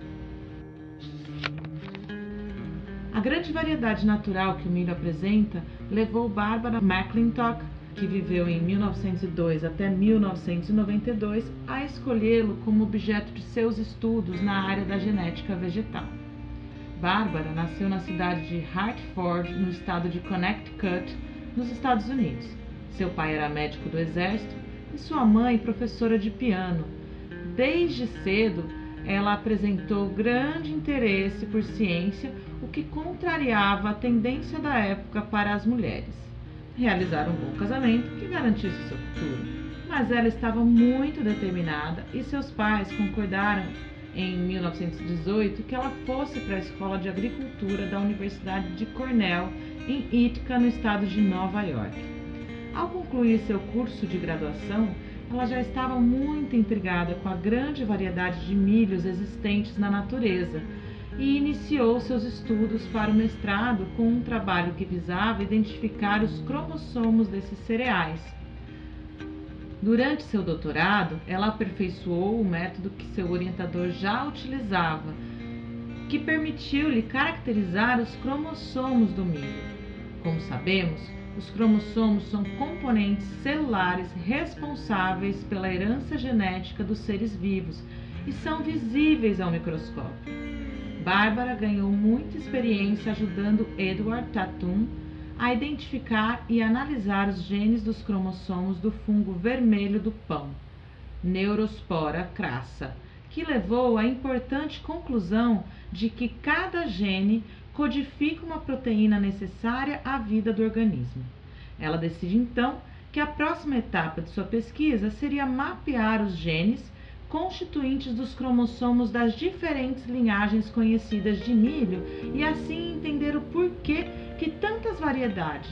A grande variedade natural que o milho apresenta levou Barbara McClintock, que viveu em 1902 até 1992, a escolhê-lo como objeto de seus estudos na área da genética vegetal. Barbara nasceu na cidade de Hartford, no estado de Connecticut, nos Estados Unidos. Seu pai era médico do exército e sua mãe professora de piano. Desde cedo, ela apresentou grande interesse por ciência, o que contrariava a tendência da época para as mulheres. Realizaram um bom casamento que garantisse seu futuro, mas ela estava muito determinada e seus pais concordaram em 1918 que ela fosse para a Escola de Agricultura da Universidade de Cornell, em Ithaca, no estado de Nova York. Ao concluir seu curso de graduação, ela já estava muito intrigada com a grande variedade de milhos existentes na natureza e iniciou seus estudos para o mestrado com um trabalho que visava identificar os cromossomos desses cereais. Durante seu doutorado, ela aperfeiçoou o método que seu orientador já utilizava, que permitiu-lhe caracterizar os cromossomos do milho. Como sabemos, os cromossomos são componentes celulares responsáveis pela herança genética dos seres vivos e são visíveis ao microscópio. Bárbara ganhou muita experiência ajudando Edward Tatum a identificar e analisar os genes dos cromossomos do fungo vermelho do pão, Neurospora crassa, que levou à importante conclusão de que cada gene codifica uma proteína necessária à vida do organismo. Ela decide então que a próxima etapa de sua pesquisa seria mapear os genes constituintes dos cromossomos das diferentes linhagens conhecidas de milho e assim entender o porquê de tantas variedades.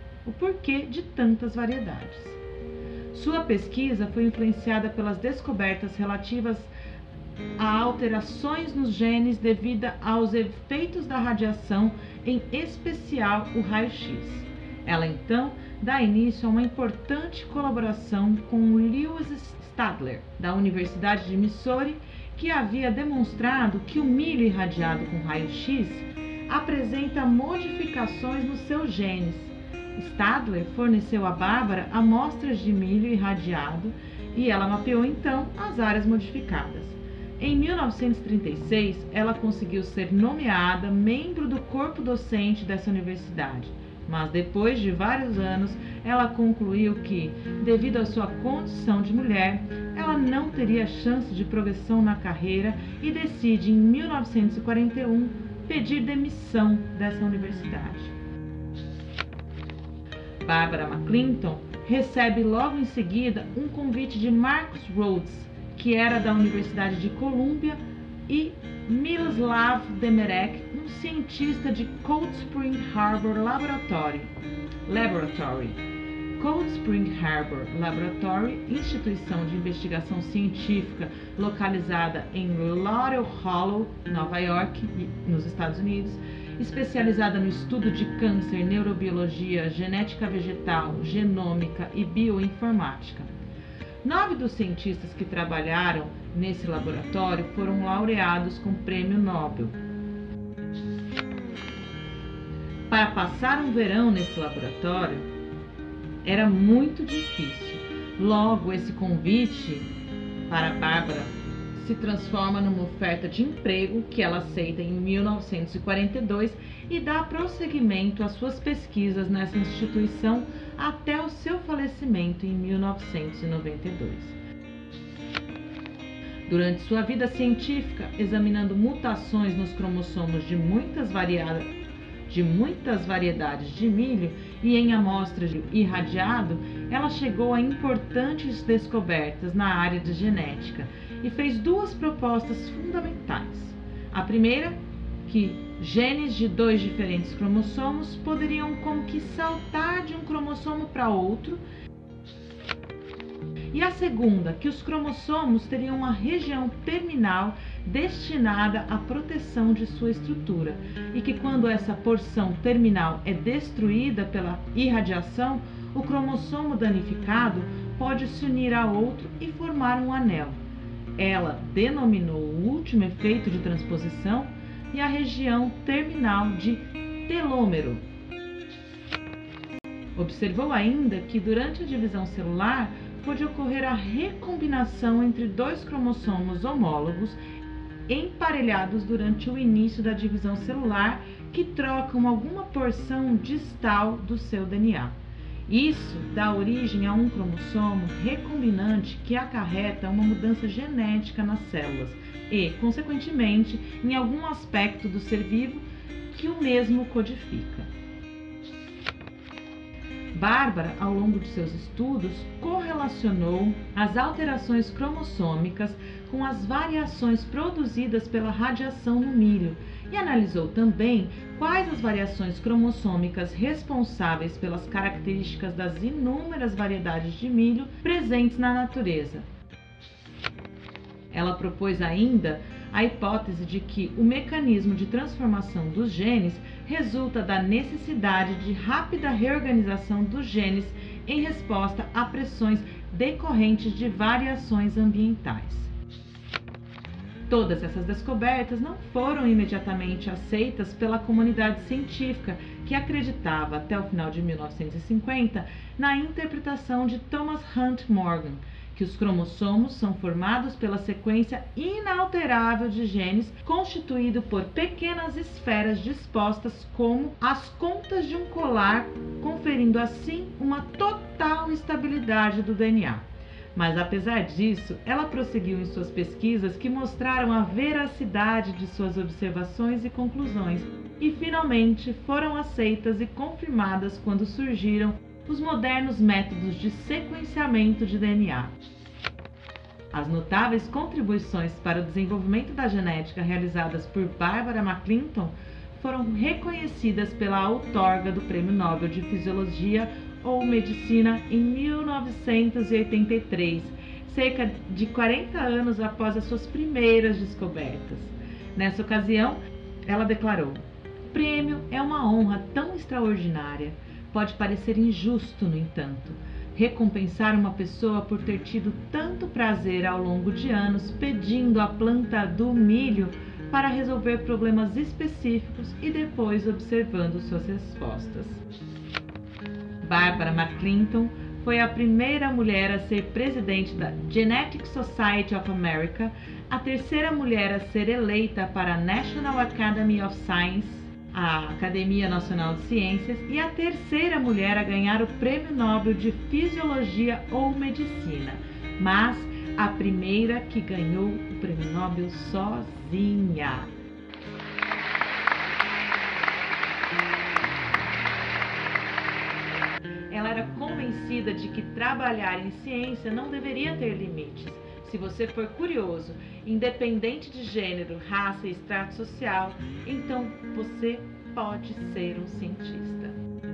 Sua pesquisa foi influenciada pelas descobertas relativas a alterações nos genes devido aos efeitos da radiação, em especial o raio-x. Ela então dá início a uma importante colaboração com Lewis Stadler, da Universidade de Missouri, que havia demonstrado que o milho irradiado com raio-x apresenta modificações nos seus genes. Stadler forneceu a Bárbara amostras de milho irradiado e ela mapeou então as áreas modificadas. Em 1936, ela conseguiu ser nomeada membro do corpo docente dessa universidade, mas depois de vários anos, ela concluiu que, devido à sua condição de mulher, ela não teria chance de progressão na carreira e decide, em 1941, pedir demissão dessa universidade. Barbara McClinton recebe logo em seguida um convite de Marcus Rhodes, que era da Universidade de Columbia, e Miroslav Demerek, um cientista de Cold Spring Harbor Laboratory. Cold Spring Harbor Laboratory, instituição de investigação científica localizada em Laurel Hollow, Nova York, nos Estados Unidos, especializada no estudo de câncer, neurobiologia, genética vegetal, genômica e bioinformática. 9 dos cientistas que trabalharam nesse laboratório foram laureados com prêmio Nobel. Para passar um verão nesse laboratório era muito difícil. Logo, esse convite para Bárbara se transforma numa oferta de emprego que ela aceita em 1942 e dá prosseguimento às suas pesquisas nessa instituição até o seu falecimento em 1992. Durante sua vida científica, examinando mutações nos cromossomos de muitas variedades de milho e em amostras de irradiado, ela chegou a importantes descobertas na área de genética e fez 2 propostas fundamentais. A primeira, que genes de 2 diferentes cromossomos poderiam como que saltar de um cromossomo para outro. E a segunda, que os cromossomos teriam uma região terminal destinada à proteção de sua estrutura e que quando essa porção terminal é destruída pela irradiação, o cromossomo danificado pode se unir a outro e formar um anel. Ela denominou o último efeito de transposição e a região terminal de telômero. Observou ainda que durante a divisão celular pode ocorrer a recombinação entre 2 cromossomos homólogos emparelhados durante o início da divisão celular que trocam alguma porção distal do seu DNA. Isso dá origem a um cromossomo recombinante que acarreta uma mudança genética nas células e, consequentemente, em algum aspecto do ser vivo que o mesmo codifica. Bárbara, ao longo de seus estudos, correlacionou as alterações cromossômicas com as variações produzidas pela radiação no milho e analisou também quais as variações cromossômicas responsáveis pelas características das inúmeras variedades de milho presentes na natureza. Ela propôs ainda a hipótese de que o mecanismo de transformação dos genes resulta da necessidade de rápida reorganização dos genes em resposta a pressões decorrentes de variações ambientais. Todas essas descobertas não foram imediatamente aceitas pela comunidade científica, que acreditava até o final de 1950 na interpretação de Thomas Hunt Morgan, que os cromossomos são formados pela sequência inalterável de genes constituído por pequenas esferas dispostas como as contas de um colar, conferindo assim uma total estabilidade do DNA. Mas apesar disso, ela prosseguiu em suas pesquisas que mostraram a veracidade de suas observações e conclusões e finalmente foram aceitas e confirmadas quando surgiram os modernos métodos de sequenciamento de DNA. As notáveis contribuições para o desenvolvimento da genética realizadas por Barbara McClinton foram reconhecidas pela outorga do Prêmio Nobel de Fisiologia ou Medicina em 1983, cerca de 40 anos após as suas primeiras descobertas. Nessa ocasião, ela declarou: "O prêmio é uma honra tão extraordinária. Pode parecer injusto, no entanto, recompensar uma pessoa por ter tido tanto prazer ao longo de anos pedindo a planta do milho para resolver problemas específicos e depois observando suas respostas." Barbara McClinton foi a primeira mulher a ser presidente da Genetic Society of America, a terceira mulher a ser eleita para a National Academy of Science, a Academia Nacional de Ciências, e a terceira mulher a ganhar o Prêmio Nobel de Fisiologia ou Medicina, mas a primeira que ganhou o Prêmio Nobel sozinha. Ela era convencida de que trabalhar em ciência não deveria ter limites. Se você for curioso, independente de gênero, raça e extrato social, então você pode ser um cientista.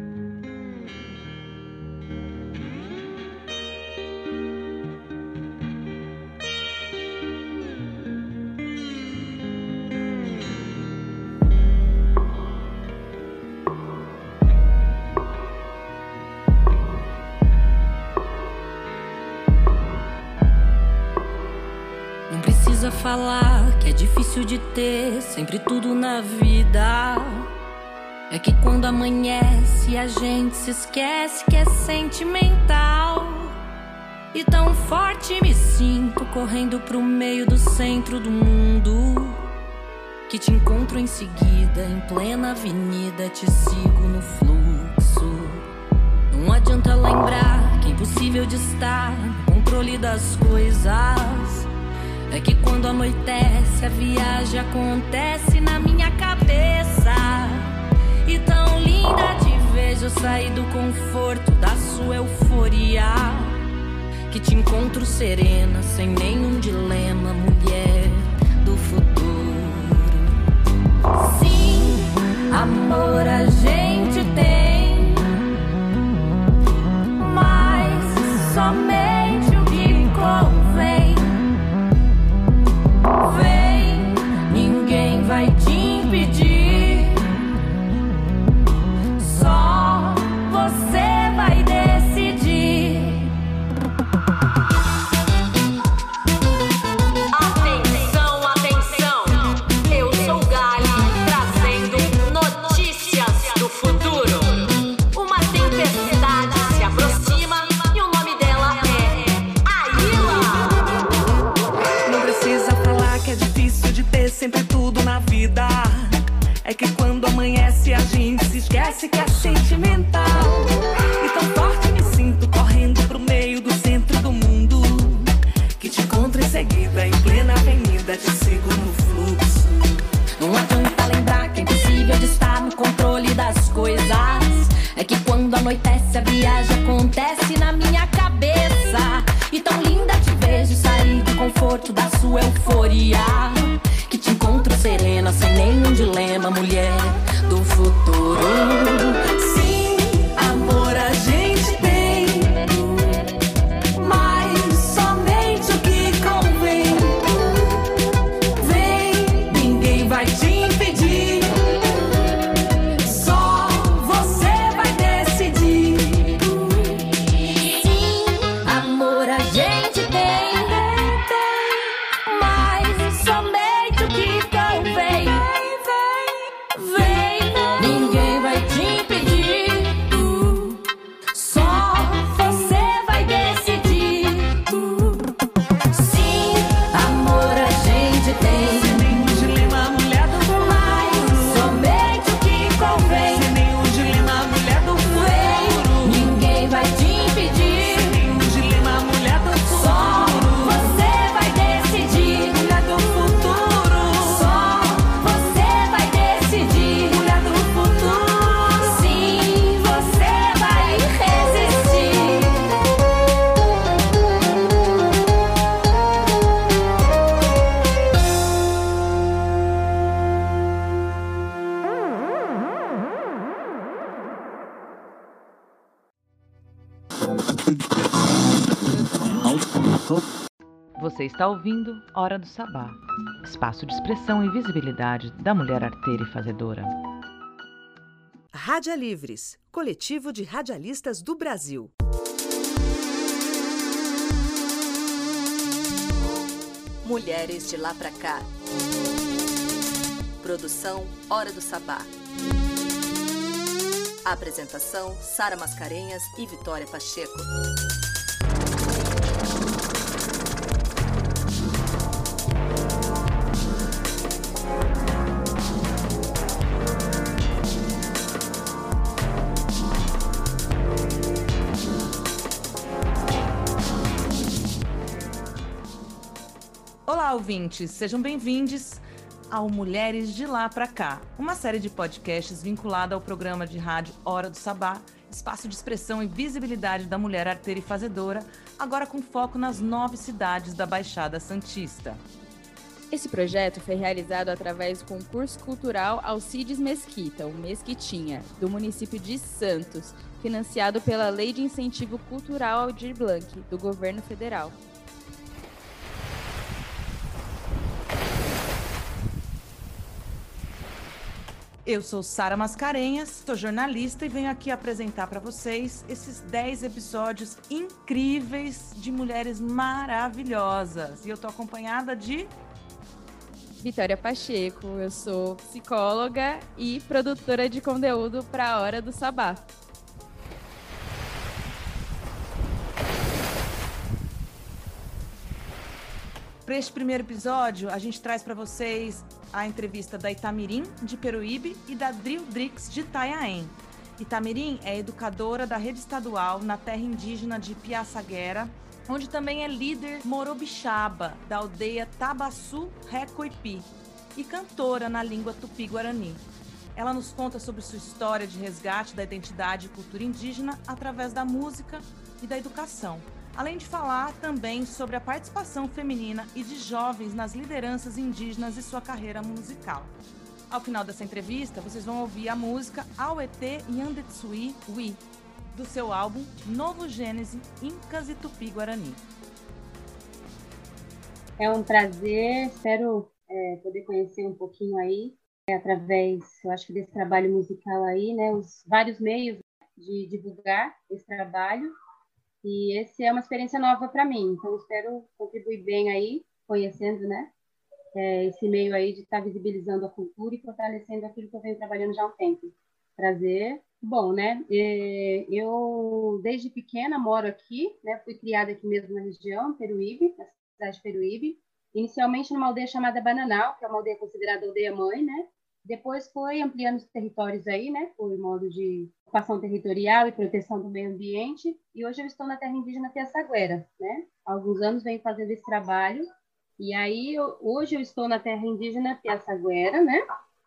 Falar que é difícil de ter sempre tudo na vida. É que quando amanhece a gente se esquece que é sentimental. E tão forte me sinto correndo pro meio do centro do mundo, que te encontro em seguida em plena avenida, te sigo no fluxo. Não adianta lembrar que é impossível de estar no controle das coisas. É que quando anoitece a viagem acontece na minha cabeça. E tão linda te vejo sair do conforto da sua euforia, que te encontro serena, sem nenhum dilema, mulher do futuro. Sim, amor a gente tem, mas somente o que convém. Vem, ninguém vai te impedir, só você vai decidir. Atenção, atenção, eu sou o Gali, trazendo notícias do futuro. Uma tempestade se aproxima e o nome dela é Aila. Não precisa falar que é difícil de ter sempre tudo na vida. É que quando amanhece a gente se esquece que é sentimental. E tão forte me sinto correndo pro meio do centro do mundo, que te encontro em seguida em plena avenida, te sigo no fluxo. Não adianta lembrar que é impossível de estar no controle das coisas. É que quando anoitece a viagem acontece na minha cabeça. E tão linda te vejo sair do conforto da sua euforia, que te encontro serena, sem nenhum dilema, mulher do futuro. Sim, Você está ouvindo Hora do Sabá, espaço de expressão e visibilidade da mulher arteira e fazedora. Rádia Livres, coletivo de radialistas do Brasil. Mulheres de lá pra cá. Produção Hora do Sabá. Apresentação Sara Mascarenhas e Vitória Pacheco. Olá, ouvintes! Sejam bem-vindos ao Mulheres de Lá Pra Cá, uma série de podcasts vinculada ao programa de rádio Hora do Sabá, espaço de expressão e visibilidade da mulher arteira e fazedora, agora com foco nas 9 cidades da Baixada Santista. Esse projeto foi realizado através do concurso cultural Alcides Mesquita, o Mesquitinha, do município de Santos, financiado pela Lei de Incentivo Cultural Aldir Blanc, do governo federal. Eu sou Sara Mascarenhas, sou jornalista e venho aqui apresentar para vocês esses 10 episódios incríveis de mulheres maravilhosas. E eu tô acompanhada de... Vitória Pacheco, eu sou psicóloga e produtora de conteúdo para a Hora do Sabá. Para este primeiro episódio, a gente traz para vocês a entrevista da Itamirim, de Peruíbe, e da Dril Drix, de Itanhaém. Itamirim é educadora da rede estadual na terra indígena de Piaçaguera, onde também é líder morobixaba, da aldeia Tabaçu Recoipi, e cantora na língua tupi-guarani. Ela nos conta sobre sua história de resgate da identidade e cultura indígena através da música e da educação, além de falar também sobre a participação feminina e de jovens nas lideranças indígenas e sua carreira musical. Ao final dessa entrevista, vocês vão ouvir a música Auete Yandetsui Wi, do seu álbum Novo Gênese Incas e Tupi-Guarani. É um prazer, espero poder conhecer um pouquinho aí, através, eu acho que desse trabalho musical aí, né, os vários meios de divulgar esse trabalho. E essa é uma experiência nova para mim, então espero contribuir bem aí, conhecendo, né, esse meio aí de estar visibilizando a cultura e fortalecendo aquilo que eu venho trabalhando já há um tempo. Prazer. Bom, né, eu desde pequena moro aqui, né, fui criada aqui mesmo na região, Peruíbe, na cidade de Peruíbe, inicialmente numa aldeia chamada Bananal, que é uma aldeia considerada aldeia-mãe, né, depois foi ampliando os territórios aí, né, por modo de ocupação territorial e proteção do meio ambiente, e hoje eu estou na terra indígena Piaçaguera, né? Há alguns anos venho fazendo esse trabalho, e aí hoje eu estou na terra indígena Piaçaguera, né?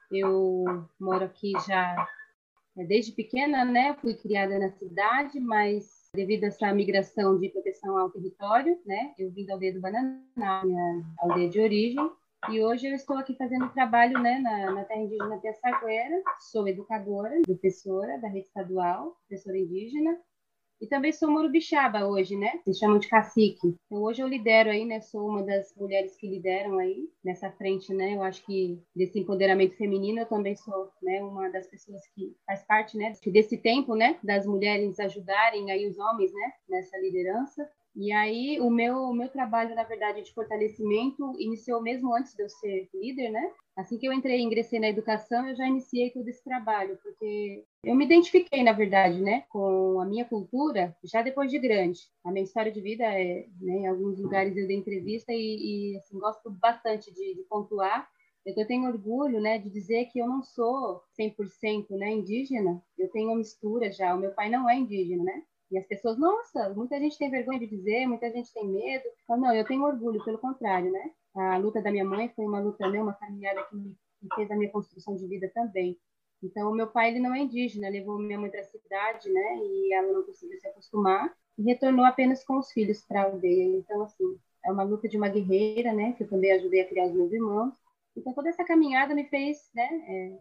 Eu moro aqui já desde pequena, né? Fui criada na cidade, mas devido a essa migração de proteção ao território, né? Eu vim da aldeia do Bananal, minha aldeia de origem, e hoje eu estou aqui fazendo trabalho, né, na terra indígena Piaçaguera. Sou educadora, professora da rede estadual, professora indígena. E também sou morobixaba hoje, né? Se chamam de cacique. Então hoje eu lidero aí, né? Sou uma das mulheres que lideram aí nessa frente, né? Eu acho que desse empoderamento feminino eu também sou, né? Uma das pessoas que faz parte, né? Desse tempo, né? Das mulheres ajudarem aí os homens, né? Nessa liderança. E aí, o meu trabalho, na verdade, de fortalecimento iniciou mesmo antes de eu ser líder, né? Assim que eu ingressei na educação, eu já iniciei todo esse trabalho, porque eu me identifiquei, na verdade, né, com a minha cultura já depois de grande. A minha história de vida, né, em alguns lugares eu dei entrevista e assim, gosto bastante de pontuar. Eu tenho orgulho, né, de dizer que eu não sou 100%, né, indígena, eu tenho uma mistura já. O meu pai não é indígena, né? E as pessoas, nossa, muita gente tem vergonha de dizer, muita gente tem medo. Então, não, eu tenho orgulho, pelo contrário, né? A luta da minha mãe foi uma luta, né, uma caminhada que fez a minha construção de vida também. Então, o meu pai, ele não é indígena, levou minha mãe para a cidade, né? E ela não conseguiu se acostumar e retornou apenas com os filhos para a aldeia. Então, assim, é uma luta de uma guerreira, né? Que eu também ajudei a criar os meus irmãos. Então, toda essa caminhada me fez, né,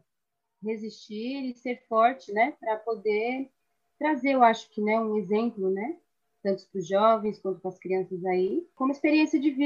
resistir e ser forte, né? Para poder trazer, eu acho que, né, um exemplo, né, tanto para os jovens quanto para as crianças aí, como experiência de vida,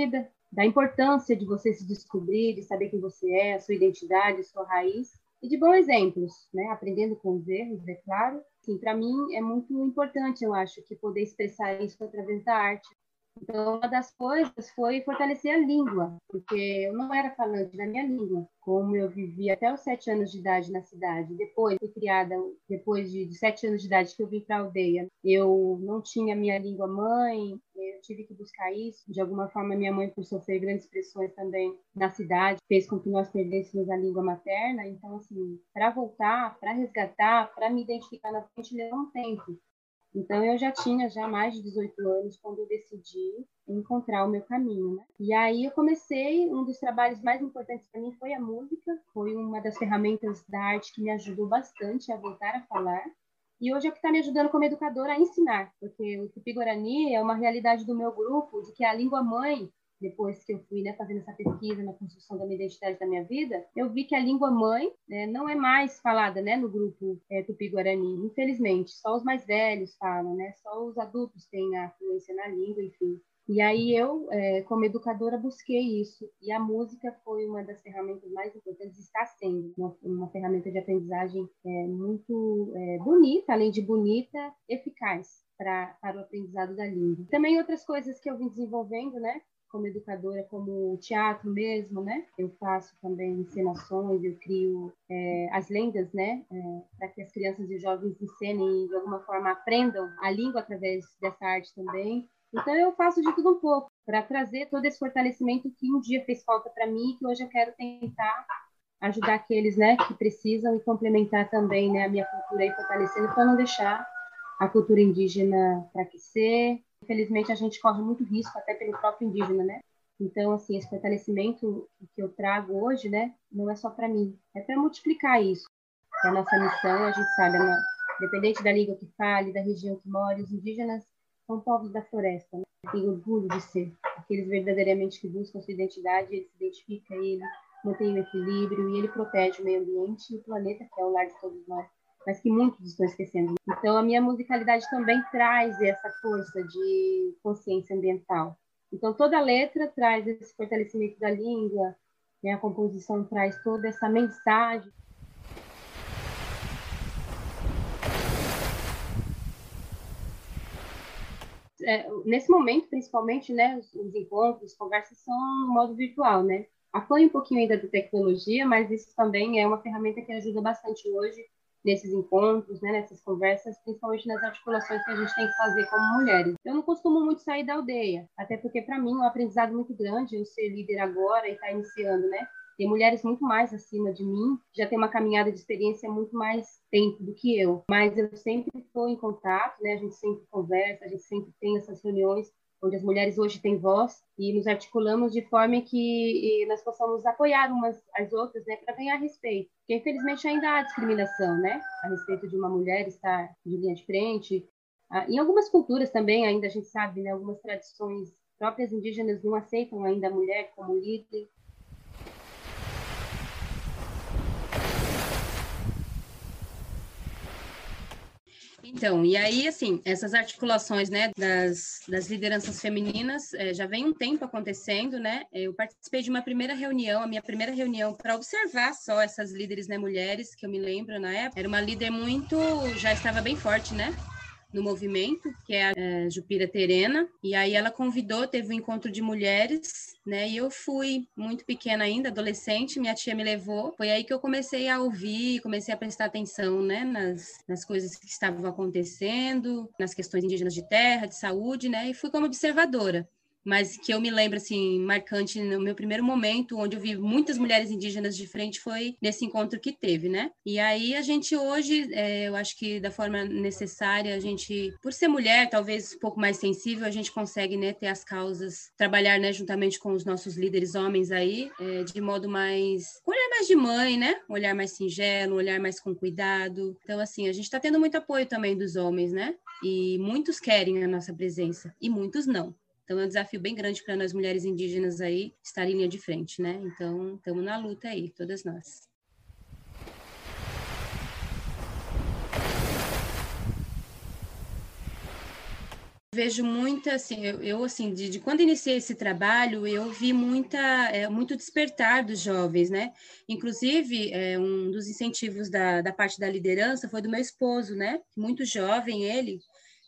da importância de você se descobrir, de saber quem você é, a sua identidade, a sua raiz, e de bons exemplos, né? Aprendendo com os erros, é claro. Assim, para mim é muito importante, eu acho, que poder expressar isso através da arte. Então, uma das coisas foi fortalecer a língua, porque eu não era falante da minha língua, como eu vivi até os 7 anos de idade na cidade. Depois, fui criada, depois de 7 anos de idade que eu vim para a aldeia, eu não tinha minha língua mãe, eu tive que buscar isso. De alguma forma, minha mãe, por sofrer grandes pressões também na cidade, fez com que nós perdêssemos a língua materna. Então, assim, para voltar, para resgatar, para me identificar na frente, levou um tempo. Então, eu já tinha mais de 18 anos quando eu decidi encontrar o meu caminho, né? E aí eu comecei, um dos trabalhos mais importantes para mim foi a música, foi uma das ferramentas da arte que me ajudou bastante a voltar a falar. E hoje é o que está me ajudando como educadora a ensinar, porque o Tupi-Guarani é uma realidade do meu grupo, de que a língua mãe, depois que eu fui, né, fazendo essa pesquisa na construção da minha identidade, da minha vida, eu vi que a língua mãe, né, não é mais falada, né, no grupo Tupi-Guarani, infelizmente. Só os mais velhos falam, né? Só os adultos têm a fluência na língua, enfim. E aí eu, como educadora, busquei isso. E a música foi uma das ferramentas mais importantes, está sendo uma ferramenta de aprendizagem muito bonita, além de bonita, eficaz para o aprendizado da língua. Também outras coisas que eu vim desenvolvendo, né? Como educadora, como teatro mesmo, né? Eu faço também encenações, eu crio as lendas, né? Para que as crianças e jovens encenem e, de alguma forma, aprendam a língua através dessa arte também. Então, eu faço de tudo um pouco para trazer todo esse fortalecimento que um dia fez falta para mim e que hoje eu quero tentar ajudar aqueles, né, que precisam e complementar também, né, a minha cultura aí, fortalecendo para não deixar a cultura indígena enfraquecer. Infelizmente, a gente corre muito risco até pelo próprio indígena, né? Então, assim, esse fortalecimento que eu trago hoje, né, não é só para mim, é para multiplicar isso. É a nossa missão, a gente sabe, independente da língua que fale, da região que mora, os indígenas são povos da floresta, né? Tem orgulho de ser aqueles verdadeiramente que buscam sua identidade, ele se identifica, ele mantém o equilíbrio e ele protege o meio ambiente e o planeta, que é o lar de todos nós, mas que muitos estão esquecendo. Então, a minha musicalidade também traz essa força de consciência ambiental. Então, toda letra traz esse fortalecimento da língua, né? A composição traz toda essa mensagem. Nesse momento, principalmente, né, os encontros, as conversas são no modo virtual, né? Apoia um pouquinho ainda da tecnologia, mas isso também é uma ferramenta que ajuda bastante hoje nesses encontros, né, nessas conversas, principalmente nas articulações que a gente tem que fazer como mulheres. Eu não costumo muito sair da aldeia, até porque, para mim, é um aprendizado muito grande eu ser líder agora e estar iniciando, né? Tem mulheres muito mais acima de mim, já tem uma caminhada de experiência muito mais tempo do que eu. Mas eu sempre estou em contato, né? A gente sempre conversa, a gente sempre tem essas reuniões onde as mulheres hoje têm voz e nos articulamos de forma que nós possamos apoiar umas às outras, né? Para ganhar respeito. Porque, infelizmente, ainda há discriminação, né? A respeito de uma mulher estar de linha de frente. Em algumas culturas também, ainda a gente sabe, né? Algumas tradições próprias indígenas não aceitam ainda a mulher como líder. Então, e aí, assim, essas articulações, né, das lideranças femininas já vem um tempo acontecendo, né? Eu participei de uma primeira reunião, a minha primeira reunião para observar só essas líderes, né, mulheres, que eu me lembro na época. Era uma líder já estava bem forte, né? No movimento, que é a Jupira Terena, e aí ela convidou, teve um encontro de mulheres, né, e eu fui muito pequena ainda, adolescente, minha tia me levou, foi aí que eu comecei a ouvir, comecei a prestar atenção, né, nas coisas que estavam acontecendo, nas questões indígenas de terra, de saúde, né, e fui como observadora. Mas que eu me lembro, assim, marcante no meu primeiro momento, onde eu vi muitas mulheres indígenas de frente, foi nesse encontro que teve, né? E aí a gente hoje, eu acho que da forma necessária, a gente, por ser mulher, talvez um pouco mais sensível, a gente consegue, né, ter as causas, trabalhar, né, juntamente com os nossos líderes homens aí, de modo mais, com um olhar mais de mãe, né? Um olhar mais singelo, um olhar mais com cuidado. Então, assim, a gente tá tendo muito apoio também dos homens, né? E muitos querem a nossa presença, e muitos não. Então, é um desafio bem grande para nós mulheres indígenas aí estar em linha de frente, né? Então, estamos na luta aí, todas nós. Vejo muita, assim, eu assim, de quando iniciei esse trabalho, eu vi muito despertar dos jovens, né? Inclusive, um dos incentivos da parte da liderança foi do meu esposo, né? Muito jovem ele,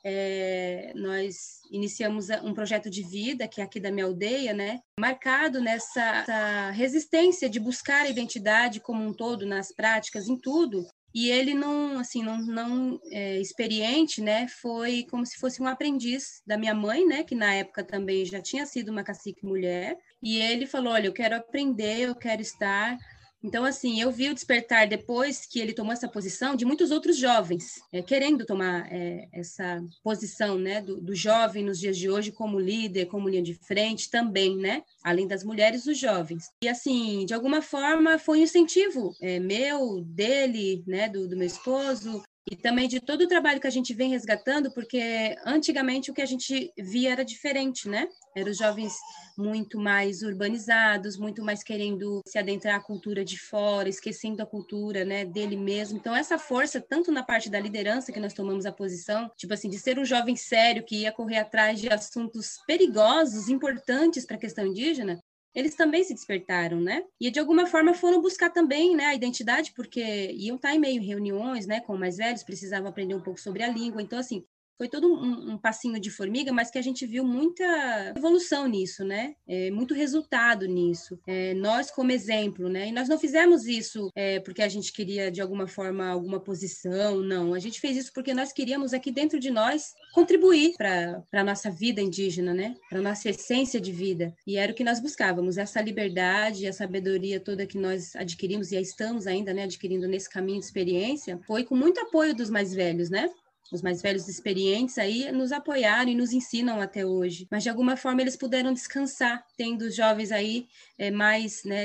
nós iniciamos um projeto de vida, que é aqui da minha aldeia, né? Marcado nessa resistência de buscar a identidade como um todo, nas práticas, em tudo. E ele não experiente, né? Foi como se fosse um aprendiz da minha mãe, né? Que na época também já tinha sido uma cacique mulher. E ele falou, olha, eu quero aprender, eu quero estar... Então, assim, eu vi o despertar depois que ele tomou essa posição de muitos outros jovens, querendo tomar essa posição, né, do jovem nos dias de hoje como líder, como linha de frente também, né, além das mulheres, os jovens. E, assim, de alguma forma foi um incentivo meu, dele, né, do meu esposo, e também de todo o trabalho que a gente vem resgatando, porque antigamente o que a gente via era diferente, né? Eram os jovens muito mais urbanizados, muito mais querendo se adentrar à cultura de fora, esquecendo a cultura, né, dele mesmo. Então, essa força, tanto na parte da liderança, que nós tomamos a posição, tipo assim, de ser um jovem sério que ia correr atrás de assuntos perigosos, importantes para a questão indígena, eles também se despertaram, né? E de alguma forma foram buscar também, né, a identidade, porque iam estar em meio reuniões, né, com mais velhos, precisavam aprender um pouco sobre a língua. Então, assim, foi todo um passinho de formiga, mas que a gente viu muita evolução nisso, né? Muito resultado nisso. Nós como exemplo, né? E nós não fizemos isso porque a gente queria, de alguma forma, alguma posição, não. A gente fez isso porque nós queríamos aqui dentro de nós contribuir para a nossa vida indígena, né? Para a nossa essência de vida. E era o que nós buscávamos, essa liberdade, a sabedoria toda que nós adquirimos e estamos ainda, né, adquirindo nesse caminho de experiência, foi com muito apoio dos mais velhos, né? Os mais velhos experientes aí nos apoiaram e nos ensinam até hoje. Mas, de alguma forma, eles puderam descansar, tendo os jovens aí mais, né,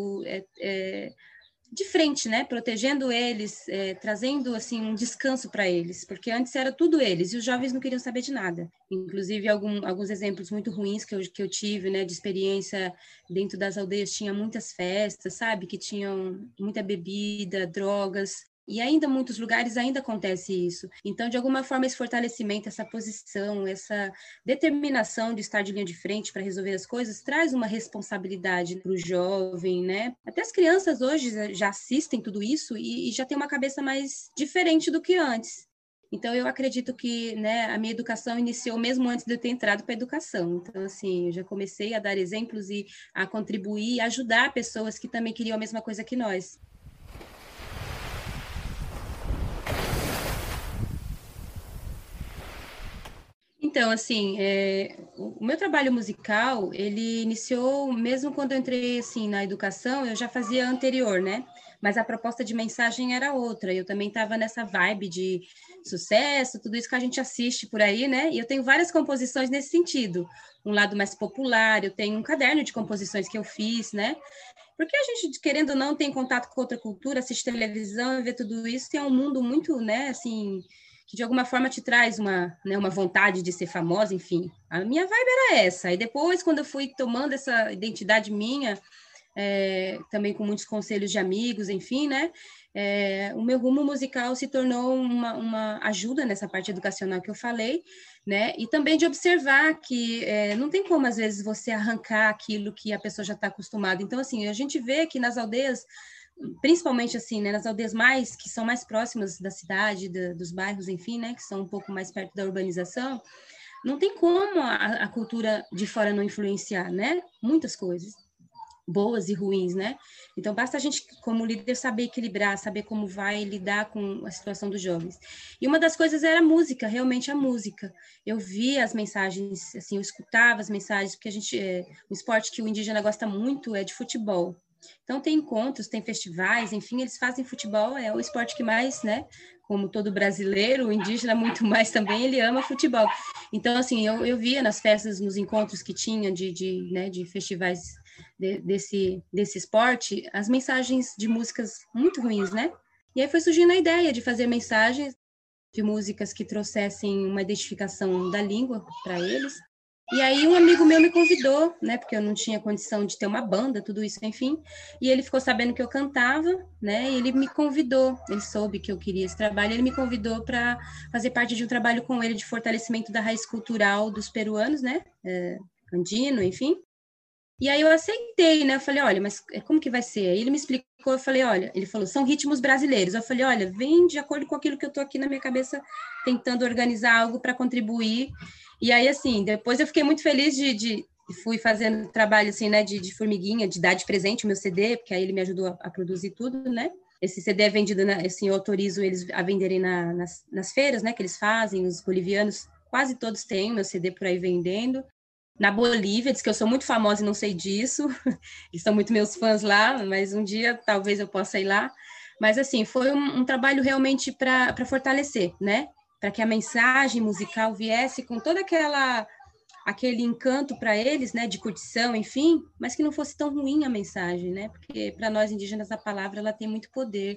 de frente, né, protegendo eles, trazendo, assim, um descanso para eles, porque antes era tudo eles, e os jovens não queriam saber de nada. Inclusive, alguns exemplos muito ruins que eu tive, né, de experiência dentro das aldeias, tinha muitas festas, sabe, que tinham muita bebida, drogas, e ainda em muitos lugares ainda acontece isso. Então, de alguma forma, esse fortalecimento, essa posição, essa determinação de estar de linha de frente para resolver as coisas, traz uma responsabilidade para o jovem, né? Até as crianças hoje já assistem tudo isso e já tem uma cabeça mais diferente do que antes. Então, eu acredito que, né, a minha educação iniciou mesmo antes de eu ter entrado para a educação. Então, assim, eu já comecei a dar exemplos e a contribuir, a ajudar pessoas que também queriam a mesma coisa que nós. Então, assim, o meu trabalho musical, ele iniciou mesmo quando eu entrei, assim, na educação, eu já fazia anterior, né? Mas a proposta de mensagem era outra. Eu também estava nessa vibe de sucesso, tudo isso que a gente assiste por aí, né? E eu tenho várias composições nesse sentido. Um lado mais popular, eu tenho um caderno de composições que eu fiz, né? Porque a gente, querendo ou não, tem contato com outra cultura, assiste televisão e vê tudo isso, e é um mundo muito, né, assim, que de alguma forma te traz uma vontade de ser famosa, enfim. A minha vibe era essa. E depois, quando eu fui tomando essa identidade minha, também com muitos conselhos de amigos, enfim, né, o meu rumo musical se tornou uma ajuda nessa parte educacional que eu falei, né, e também de observar que não tem como, às vezes, você arrancar aquilo que a pessoa já está acostumada. Então, assim, a gente vê que nas aldeias, principalmente assim, né, nas aldeias que são mais próximas da cidade, dos bairros, enfim, né, que são um pouco mais perto da urbanização, não tem como a cultura de fora não influenciar, né, muitas coisas, boas e ruins, né, então basta a gente, como líder, saber equilibrar, saber como vai lidar com a situação dos jovens. E uma das coisas era a música, realmente a música. Eu via as mensagens, assim, eu escutava as mensagens, porque o esporte que o indígena gosta muito é de futebol. Então, tem encontros, tem festivais, enfim, eles fazem futebol, é o esporte que mais, né, como todo brasileiro, o indígena muito mais também, ele ama futebol. Então, assim, eu via nas festas, nos encontros que tinha de festivais desse esporte, as mensagens de músicas muito ruins, né? E aí foi surgindo a ideia de fazer mensagens de músicas que trouxessem uma identificação da língua para eles, E aí um amigo meu me convidou, né, porque eu não tinha condição de ter uma banda, tudo isso, enfim, e ele ficou sabendo que eu cantava, né, e ele me convidou, ele soube que eu queria esse trabalho, ele me convidou para fazer parte de um trabalho com ele de fortalecimento da raiz cultural dos peruanos, né, andino, enfim. E aí eu aceitei, né, eu falei, olha, mas como que vai ser? Aí ele me explicou, eu falei, olha, ele falou, são ritmos brasileiros. Eu falei, olha, vem de acordo com aquilo que eu tô aqui na minha cabeça, tentando organizar algo para contribuir. E aí, assim, depois eu fiquei muito feliz fui fazendo trabalho, assim, né, de formiguinha, de dar de presente o meu CD, porque aí ele me ajudou a produzir tudo, né. Esse CD é vendido, assim, eu autorizo eles a venderem nas feiras, né, que eles fazem, os bolivianos, quase todos têm o meu CD por aí vendendo. Na Bolívia, diz que eu sou muito famosa e não sei disso, eles são muito meus fãs lá, mas um dia talvez eu possa ir lá. Mas, assim, foi um trabalho realmente para fortalecer, né? Para que a mensagem musical viesse com todo aquele encanto para eles, né? De curtição, enfim, mas que não fosse tão ruim a mensagem, né? Porque para nós indígenas a palavra ela tem muito poder.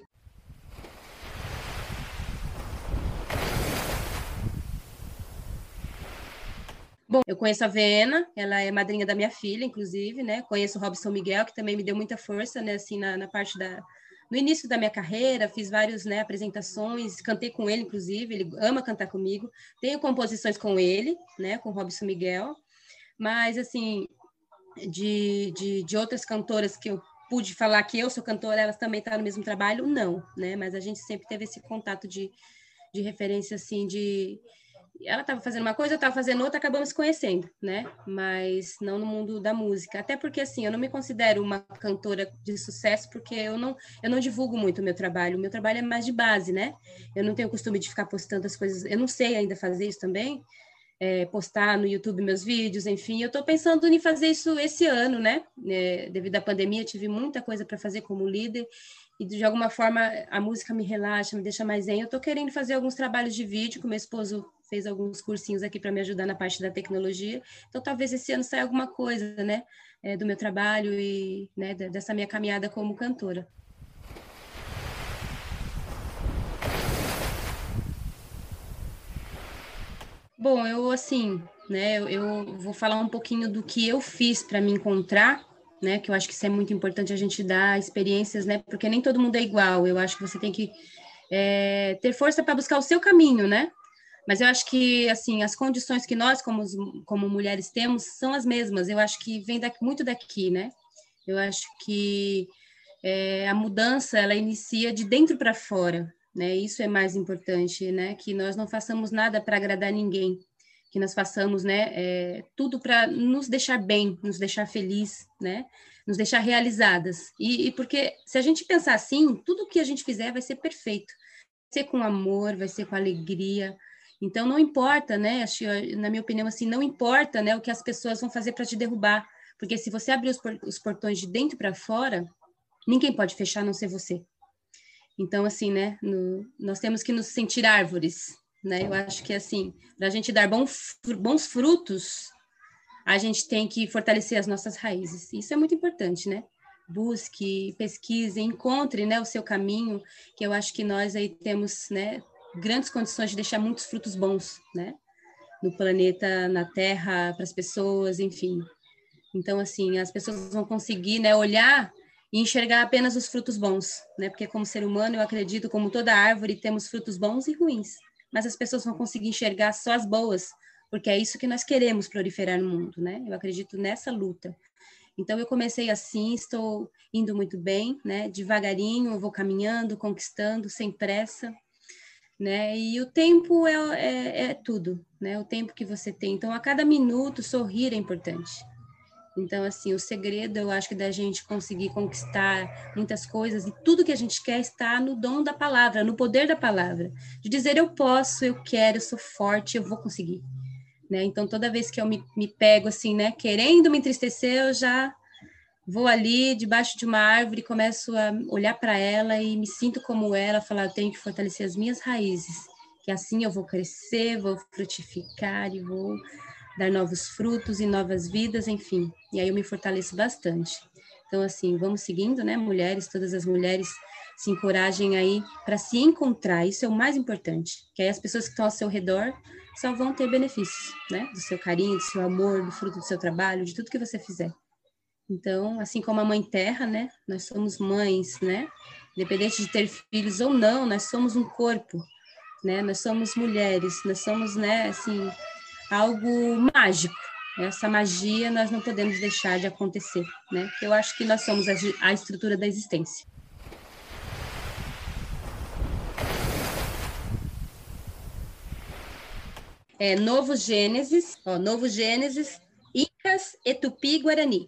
Bom, eu conheço a Vena, ela é madrinha da minha filha, inclusive, né? Conheço o Robson Miguel, que também me deu muita força, né? Assim, na parte no início da minha carreira, fiz várias, né, apresentações, cantei com ele, inclusive, ele ama cantar comigo. Tenho composições com ele, né? Com o Robson Miguel. Mas, assim, de outras cantoras que eu pude falar que eu sou cantora, elas também estão no mesmo trabalho? Não, né? Mas a gente sempre teve esse contato de referência, assim, ela estava fazendo uma coisa, eu estava fazendo outra, acabamos se conhecendo, né? Mas não no mundo da música. Até porque, assim, eu não me considero uma cantora de sucesso, porque eu não divulgo muito o meu trabalho. O meu trabalho é mais de base, né? Eu não tenho o costume de ficar postando as coisas. Eu não sei ainda fazer isso também. Postar no YouTube meus vídeos, enfim. Eu estou pensando em fazer isso esse ano, né? Devido à pandemia, tive muita coisa para fazer como líder. E, de alguma forma, a música me relaxa, me deixa mais zen. Eu estou querendo fazer alguns trabalhos de vídeo, que meu esposo fez alguns cursinhos aqui para me ajudar na parte da tecnologia. Então, talvez esse ano saia alguma coisa, né? Do meu trabalho e, né, dessa minha caminhada como cantora. Bom, eu, assim, né? Eu vou falar um pouquinho do que eu fiz para me encontrar, né, que eu acho que isso é muito importante a gente dar experiências, né, porque nem todo mundo é igual. Eu acho que você tem que ter força para buscar o seu caminho, né? Mas eu acho que, assim, as condições que nós, como mulheres, temos são as mesmas. Eu acho que vem muito daqui, né? Eu acho que a mudança, ela inicia de dentro para fora, né? Isso é mais importante, né? Que nós não façamos nada para agradar ninguém, que nós façamos, né, tudo para nos deixar bem, nos deixar feliz, né, nos deixar realizadas. E porque se a gente pensar assim, tudo que a gente fizer vai ser perfeito, vai ser com amor, vai ser com alegria. Então não importa, né, acho, na minha opinião, assim, não importa, né, o que as pessoas vão fazer para te derrubar, porque se você abrir os portões de dentro para fora, ninguém pode fechar a não ser você. Então, assim, né, nós temos que nos sentir árvores, né? Eu acho que, assim, para a gente dar bons frutos, a gente tem que fortalecer as nossas raízes. Isso é muito importante, né? Busque, pesquise, encontre, né, o seu caminho, que eu acho que nós aí temos, né, grandes condições de deixar muitos frutos bons, né? No planeta, na Terra, para as pessoas, enfim. Então, assim, as pessoas vão conseguir, né, olhar e enxergar apenas os frutos bons, né? Porque como ser humano, eu acredito, como toda árvore, temos frutos bons e ruins. Mas as pessoas vão conseguir enxergar só as boas, porque é isso que nós queremos proliferar no mundo, né? Eu acredito nessa luta. Então, eu comecei assim, estou indo muito bem, né? Devagarinho, eu vou caminhando, conquistando, sem pressa, né? E o tempo é tudo, né? O tempo que você tem. Então, a cada minuto, sorrir é importante. Então, assim, o segredo, eu acho que da gente conseguir conquistar muitas coisas, e tudo que a gente quer está no dom da palavra, no poder da palavra, de dizer eu posso, eu quero, eu sou forte, eu vou conseguir, né? Então, toda vez que eu me pego, assim, né, querendo me entristecer, eu já vou ali, debaixo de uma árvore, começo a olhar para ela e me sinto como ela, falar, eu tenho que fortalecer as minhas raízes, que assim eu vou crescer, vou frutificar e vou dar novos frutos e novas vidas, enfim. E aí eu me fortaleço bastante. Então, assim, vamos seguindo, né, mulheres, todas as mulheres se encorajem aí para se encontrar, isso é o mais importante, que aí as pessoas que estão ao seu redor só vão ter benefícios, né? Do seu carinho, do seu amor, do fruto do seu trabalho, de tudo que você fizer. Então, assim como a Mãe Terra, né? Nós somos mães, né? Independente de ter filhos ou não, nós somos um corpo, né? Nós somos mulheres, nós somos, né? Assim, algo mágico. Essa magia nós não podemos deixar de acontecer, né? Eu acho que nós somos a estrutura da existência. Novo Gênesis, Incas e Tupi-Guarani.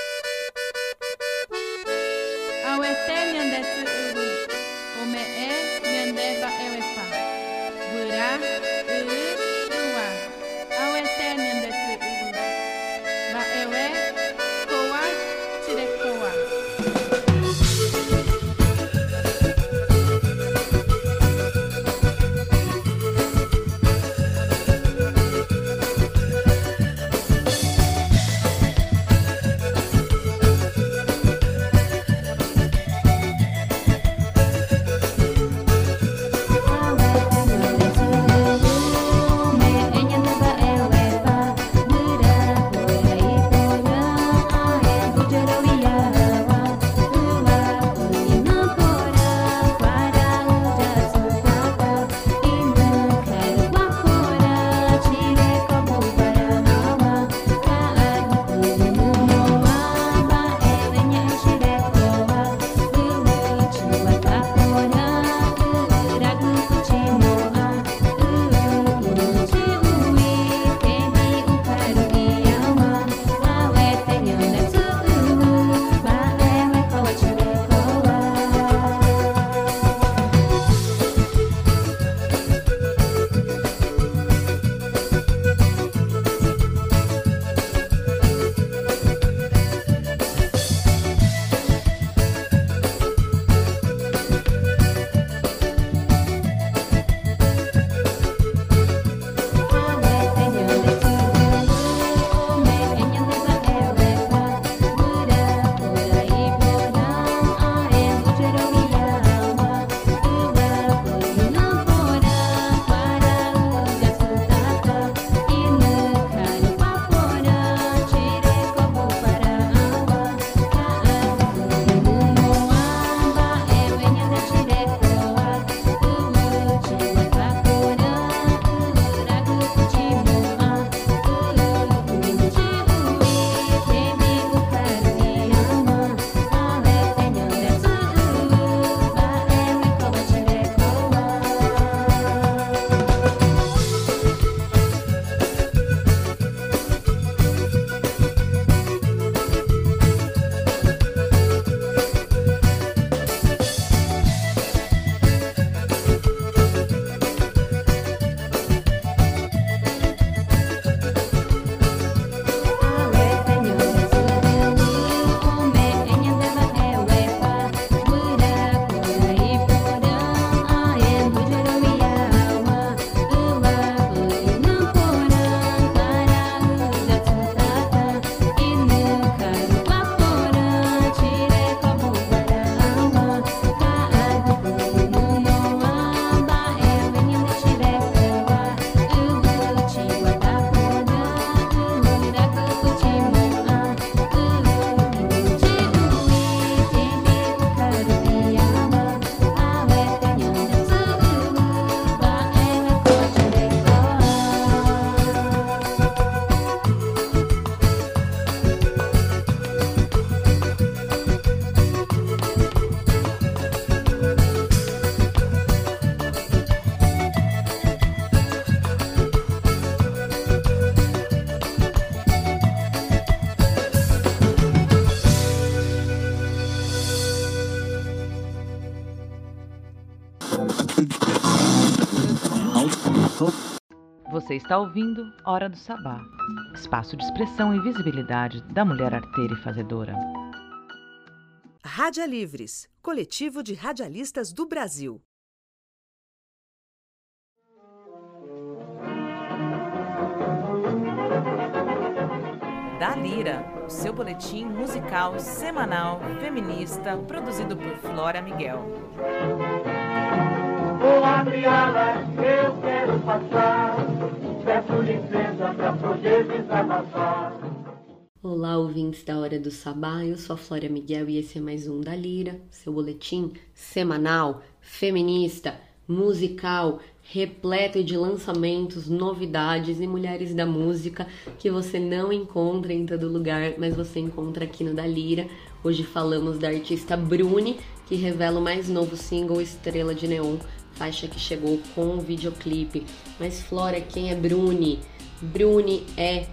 Você está ouvindo Hora do Sabá, espaço de expressão e visibilidade da mulher arteira e fazedora. Rádia Livres, coletivo de radialistas do Brasil. Da Lira, o seu boletim musical semanal feminista produzido por Flora Miguel. Ô Adriana, eu quero passar peço licença para poder desabafar. Olá, ouvintes da Hora do Sabá, eu sou a Flória Miguel e esse é mais um da Lira, seu boletim semanal, feminista, musical, repleto de lançamentos, novidades e mulheres da música que você não encontra em todo lugar, mas você encontra aqui no da Lira. Hoje falamos da artista Bruni, que revela o mais novo single Estrela de Neon, faixa que chegou com um videoclipe. Mas Flora, quem é Bruni? Bruni é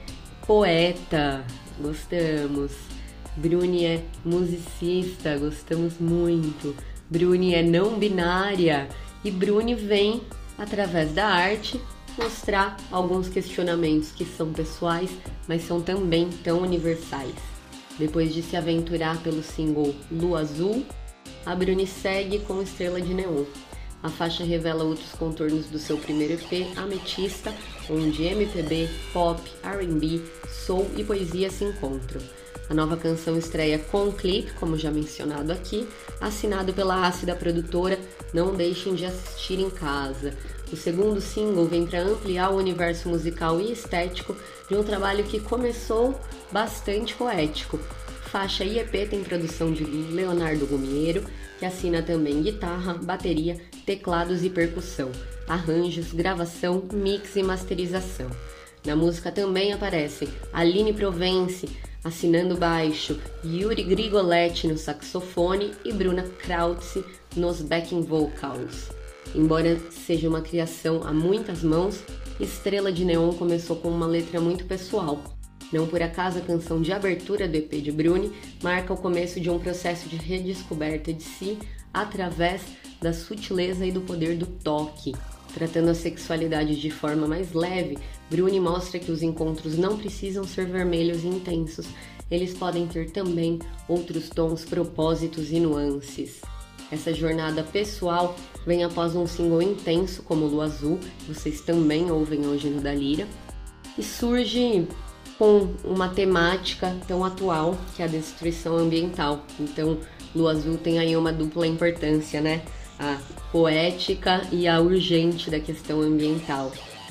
poeta, gostamos. Bruni é musicista, gostamos muito. Bruni é não binária e Bruni vem, através da arte, mostrar alguns questionamentos que são pessoais, mas são também tão universais. Depois de se aventurar pelo single Lua Azul, a Bruni segue com Estrela de Neon. A faixa revela outros contornos do seu primeiro EP, Ametista, onde MPB, pop, R&B, soul e poesia se encontram. A nova canção estreia com um clipe, como já mencionado aqui, assinado pela ácida produtora Não Deixem de Assistir em Casa. O segundo single vem para ampliar o universo musical e estético de um trabalho que começou bastante poético. Faixa e EP tem produção de Leonardo Gumiero, que assina também guitarra, bateria, teclados e percussão, arranjos, gravação, mix e masterização. Na música também aparecem Aline Provence assinando baixo, Yuri Grigoletti no saxofone e Bruna Krautz nos backing vocals. Embora seja uma criação a muitas mãos, Estrela de Neon começou com uma letra muito pessoal. Não por acaso a canção de abertura do EP de Bruni marca o começo de um processo de redescoberta de si através da sutileza e do poder do toque. Tratando a sexualidade de forma mais leve, Bruni mostra que os encontros não precisam ser vermelhos e intensos, eles podem ter também outros tons, propósitos e nuances. Essa jornada pessoal vem após um single intenso como Lua Azul, que vocês também ouvem hoje no da Lira, e surge com uma temática tão atual que é a destruição ambiental. Então, Lua Azul tem aí uma dupla importância, né? A poética e a urgente da questão ambiental.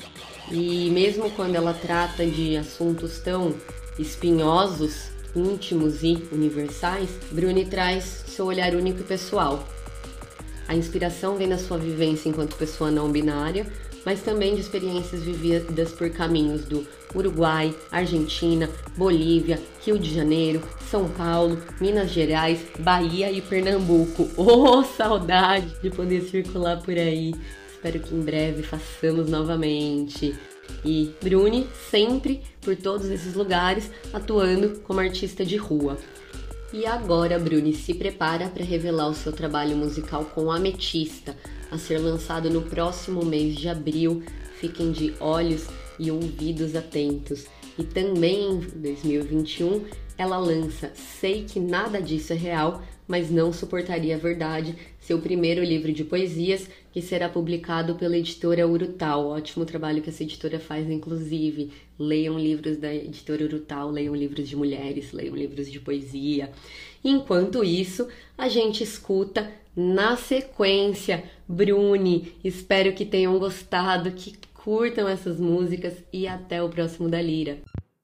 E mesmo quando ela trata de assuntos tão espinhosos, íntimos e universais, Bruni traz seu olhar único e pessoal. A inspiração vem da sua vivência enquanto pessoa não binária, mas também de experiências vividas por caminhos do Uruguai, Argentina, Bolívia, Rio de Janeiro, São Paulo, Minas Gerais, Bahia e Pernambuco. Oh, saudade de poder circular por aí. Espero que em breve façamos novamente. E Bruni sempre por todos esses lugares, atuando como artista de rua. E agora Bruni se prepara para revelar o seu trabalho musical com Ametista, a ser lançado no próximo mês de abril. Fiquem de olhos e ouvidos atentos. E também em 2021 ela lança Sei Que Nada Disso É Real, mas Não Suportaria a Verdade, seu primeiro livro de poesias, que será publicado pela editora Urutau. Ótimo trabalho que essa editora faz, inclusive. Leiam livros da editora Urutau, leiam livros de mulheres, leiam livros de poesia. Enquanto isso, a gente escuta na sequência Bruni. Espero que tenham gostado, que curtam essas músicas e até o próximo da Lira.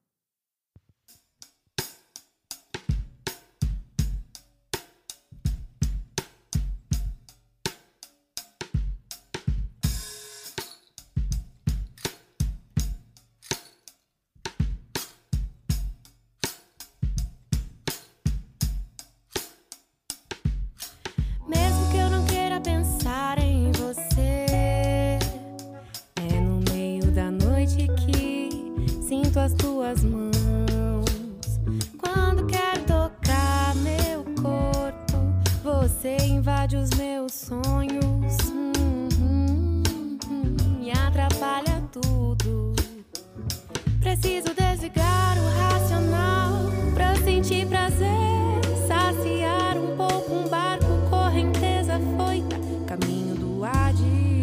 Mesmo que eu não queira pensar em você, é no meio da noite que sinto as tuas mãos. Quando quero tocar meu corpo, você invade os meus sonhos, e atrapalha tudo. Preciso desligar o racional pra sentir prazer, saciar um pouco um barco, correnteza foita, caminho do Hades.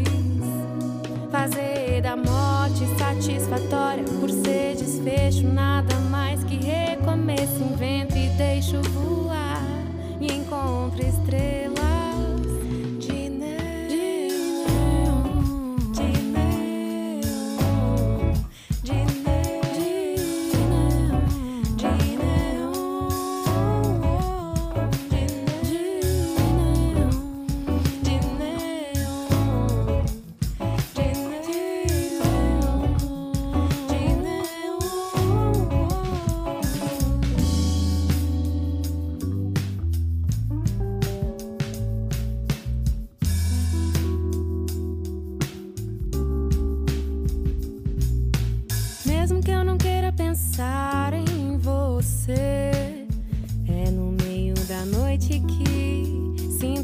Fazer da morte satisfatória por ser desfecho, nada mais que recomeço. Invento e deixo voar e encontro estrelas de neon, de neon.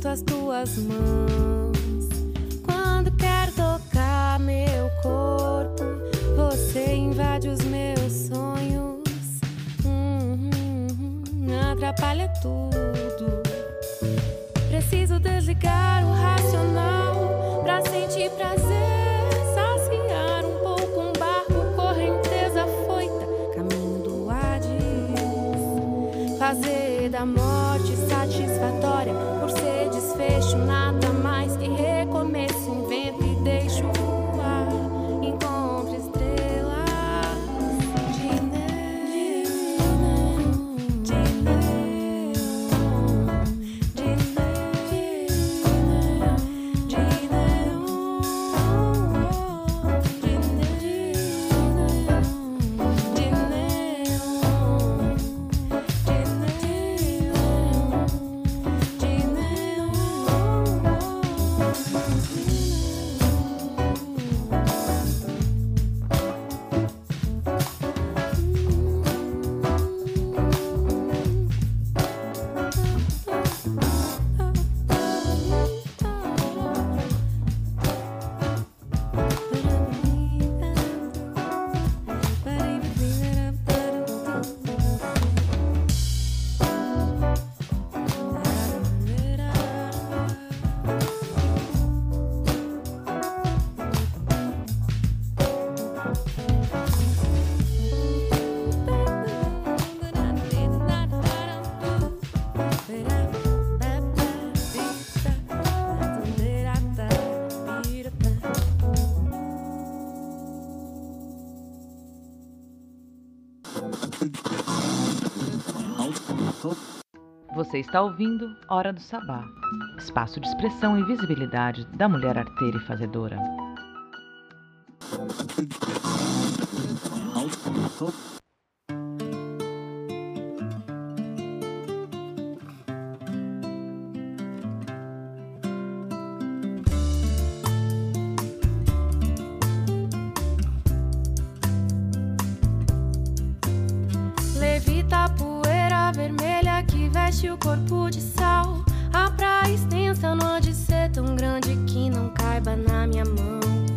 sinto as tuas mãos. Quando quero tocar meu corpo, você invade os meus sonhos. Atrapalha tudo. Preciso desligar o racional pra sentir prazer, saciar um pouco um barco, correnteza foita, caminho do Hades. Fazer da morte satisfatória por ser desfecho, nada mais que recomeço. Invento e deixo voar, encontro estrelas de Você está ouvindo Hora do Sabá, espaço de expressão e visibilidade da mulher arteira e fazedora. Levita a poeira vermelha que veste o corpo de sal. A praia extensa não há de ser tão grande que não caiba na minha mão.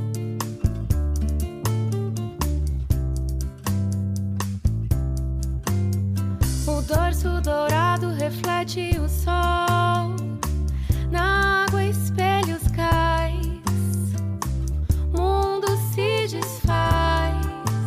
O dorso dourado reflete o sol. Na água espelhos cais, mundo se desfaz.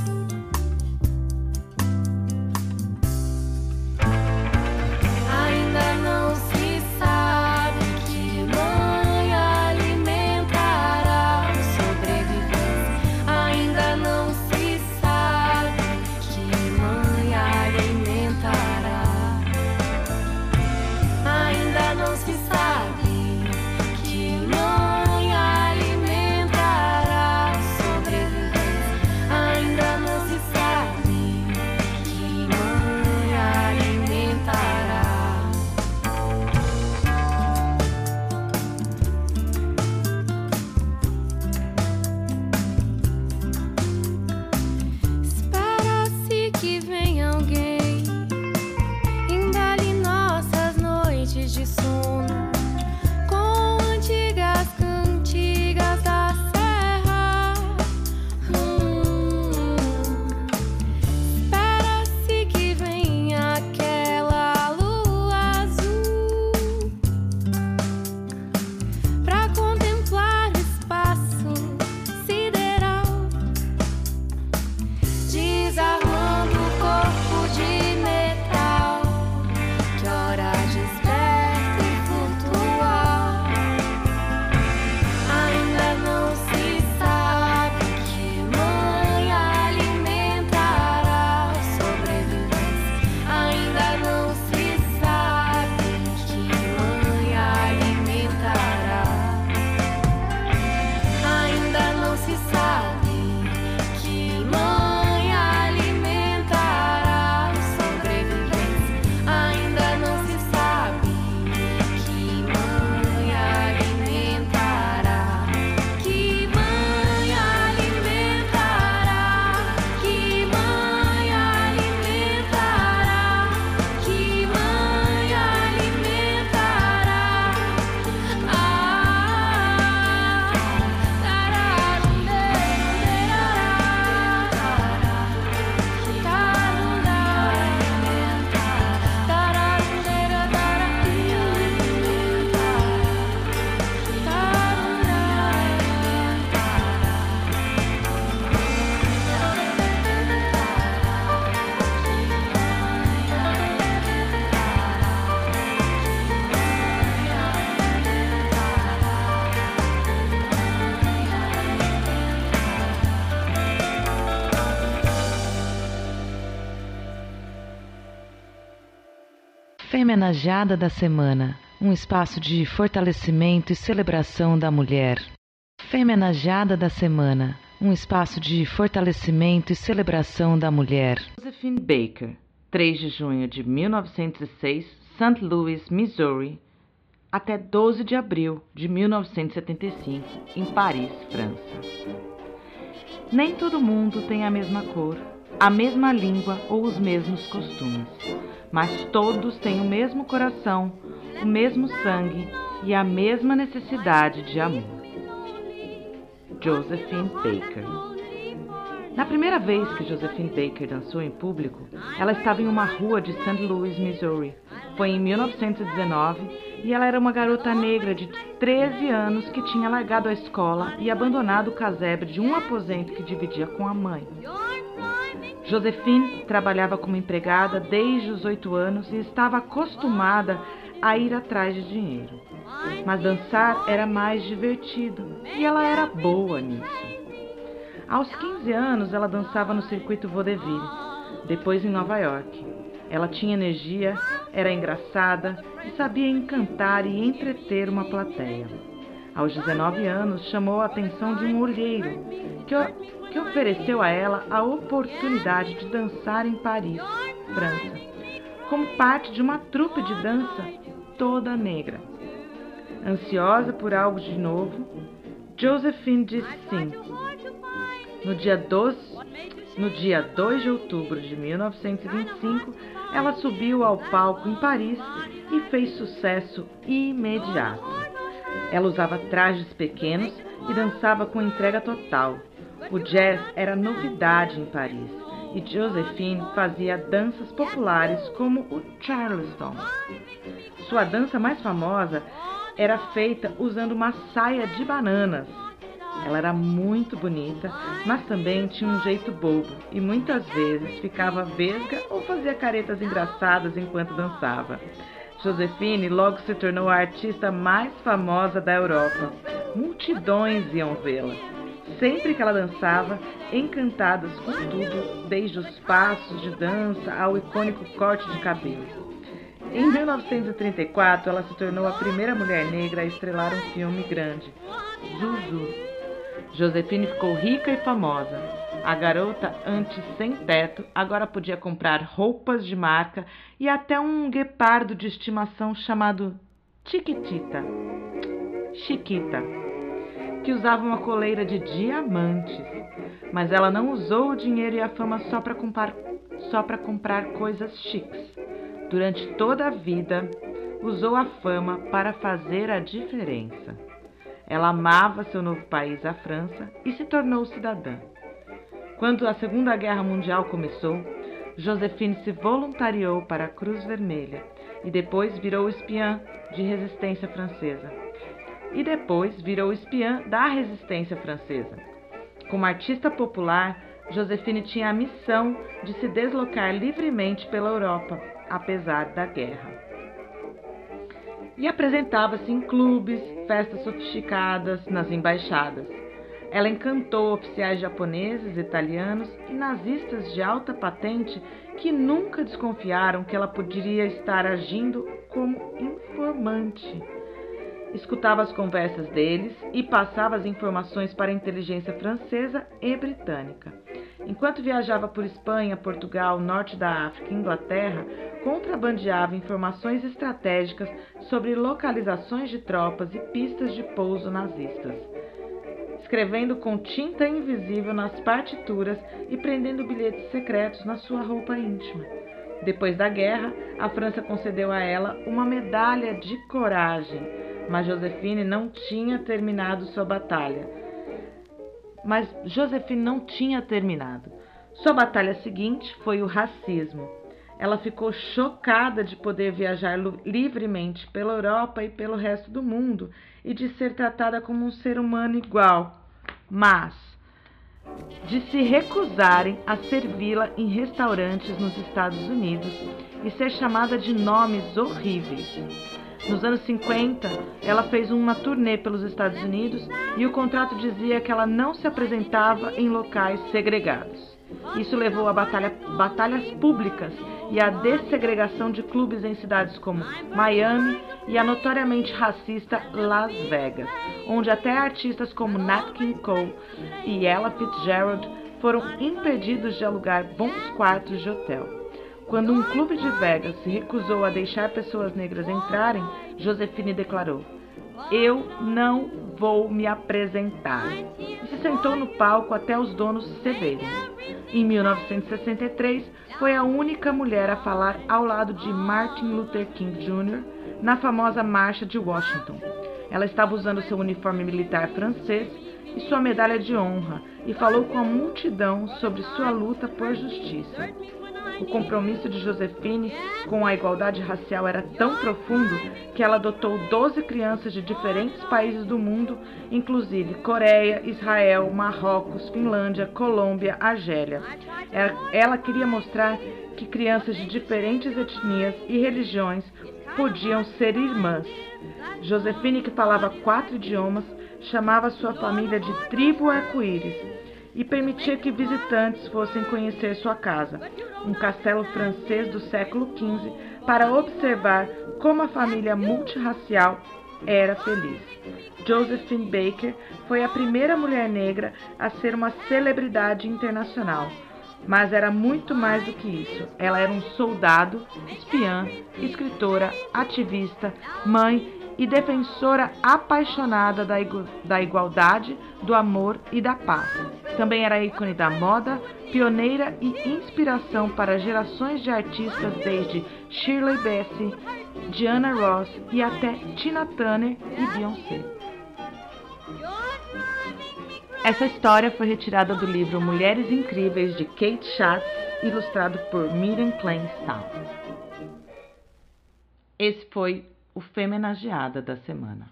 Ainda não se sabe que mãe alimentará os sobreviventes. Ainda não se sabe que mãe alimentará. Femenageada da Semana, um espaço de fortalecimento e celebração da mulher. Femenageada da Semana, um espaço de fortalecimento e celebração da mulher. Josephine Baker, 3 de junho de 1906, St. Louis, Missouri, até 12 de abril de 1975, em Paris, França. Nem todo mundo tem a mesma cor, a mesma língua ou os mesmos costumes, mas todos têm o mesmo coração, o mesmo sangue e a mesma necessidade de amor. Josephine Baker. Na primeira vez que Josephine Baker dançou em público, ela estava em uma rua de St. Louis, Missouri. Foi em 1919 e ela era uma garota negra de 13 anos que tinha largado a escola e abandonado o casebre de um aposento que dividia com a mãe. Josephine trabalhava como empregada desde os 8 anos e estava acostumada a ir atrás de dinheiro. Mas dançar era mais divertido e ela era boa nisso. Aos 15 anos, ela dançava no circuito vaudeville, depois em Nova York. Ela tinha energia, era engraçada e sabia encantar e entreter uma plateia. Aos 19 anos, chamou a atenção de um olheiro que ofereceu a ela a oportunidade de dançar em Paris, França, como parte de uma trupe de dança toda negra. Ansiosa por algo de novo, Josephine disse sim. No dia 2 de outubro de 1925, ela subiu ao palco em Paris e fez sucesso imediato. Ela usava trajes pequenos e dançava com entrega total. O jazz era novidade em Paris e Josephine fazia danças populares como o Charleston. Sua dança mais famosa era feita usando uma saia de bananas. Ela era muito bonita, mas também tinha um jeito bobo e muitas vezes ficava vesga ou fazia caretas engraçadas enquanto dançava. Josephine logo se tornou a artista mais famosa da Europa. Multidões iam vê-la. Sempre que ela dançava, encantadas com tudo, desde os passos de dança ao icônico corte de cabelo. Em 1934, ela se tornou a primeira mulher negra a estrelar um filme grande, Zuzu. Josephine ficou rica e famosa. A garota antes sem teto agora podia comprar roupas de marca e até um guepardo de estimação chamado Chiquita, que usava uma coleira de diamantes. Mas ela não usou o dinheiro e a fama só para comprar coisas chiques. Durante toda a vida, usou a fama para fazer a diferença. Ela amava seu novo país, a França, e se tornou cidadã. Quando a Segunda Guerra Mundial começou, Josephine se voluntariou para a Cruz Vermelha e depois virou espiã de resistência francesa. Como artista popular, Josephine tinha a missão de se deslocar livremente pela Europa, apesar da guerra. E apresentava-se em clubes, festas sofisticadas, nas embaixadas. Ela encantou oficiais japoneses, italianos e nazistas de alta patente que nunca desconfiaram que ela poderia estar agindo como informante. Escutava as conversas deles e passava as informações para a inteligência francesa e britânica. Enquanto viajava por Espanha, Portugal, Norte da África e Inglaterra, contrabandeava informações estratégicas sobre localizações de tropas e pistas de pouso nazistas, escrevendo com tinta invisível nas partituras e prendendo bilhetes secretos na sua roupa íntima. Depois da guerra, a França concedeu a ela uma medalha de coragem, mas Josephine não tinha terminado sua batalha. Sua batalha seguinte foi o racismo. Ela ficou chocada de poder viajar livremente pela Europa e pelo resto do mundo e de ser tratada como um ser humano igual, mas de se recusarem a servi-la em restaurantes nos Estados Unidos e ser chamada de nomes horríveis. Nos anos 50, ela fez uma turnê pelos Estados Unidos e o contrato dizia que ela não se apresentava em locais segregados. Isso levou a batalhas públicas e a dessegregação de clubes em cidades como Miami e a notoriamente racista Las Vegas, onde até artistas como Nat King Cole e Ella Fitzgerald foram impedidos de alugar bons quartos de hotel. Quando um clube de Vegas se recusou a deixar pessoas negras entrarem, Josephine declarou: "Eu não vou me apresentar", e se sentou no palco até os donos se verem. Em 1963, foi a única mulher a falar ao lado de Martin Luther King Jr. na famosa Marcha de Washington. Ela estava usando seu uniforme militar francês e sua medalha de honra e falou com a multidão sobre sua luta por justiça. O compromisso de Josephine com a igualdade racial era tão profundo que ela adotou 12 crianças de diferentes países do mundo, inclusive Coreia, Israel, Marrocos, Finlândia, Colômbia, Argélia. Ela queria mostrar que crianças de diferentes etnias e religiões podiam ser irmãs. Josephine, que falava 4 idiomas, chamava sua família de Tribo Arco-Íris e permitia que visitantes fossem conhecer sua casa, um castelo francês do século XV, para observar como a família multirracial era feliz. Josephine Baker foi a primeira mulher negra a ser uma celebridade internacional, mas era muito mais do que isso. Ela era um soldado, espiã, escritora, ativista, mãe e defensora apaixonada da igualdade, do amor e da paz. Também era ícone da moda, pioneira e inspiração para gerações de artistas desde Shirley Bassey, Diana Ross e até Tina Turner e Beyoncé. Essa história foi retirada do livro Mulheres Incríveis, de Kate Schatz, ilustrado por Miriam Kleinstahl. Esse foi o Femenageada da semana.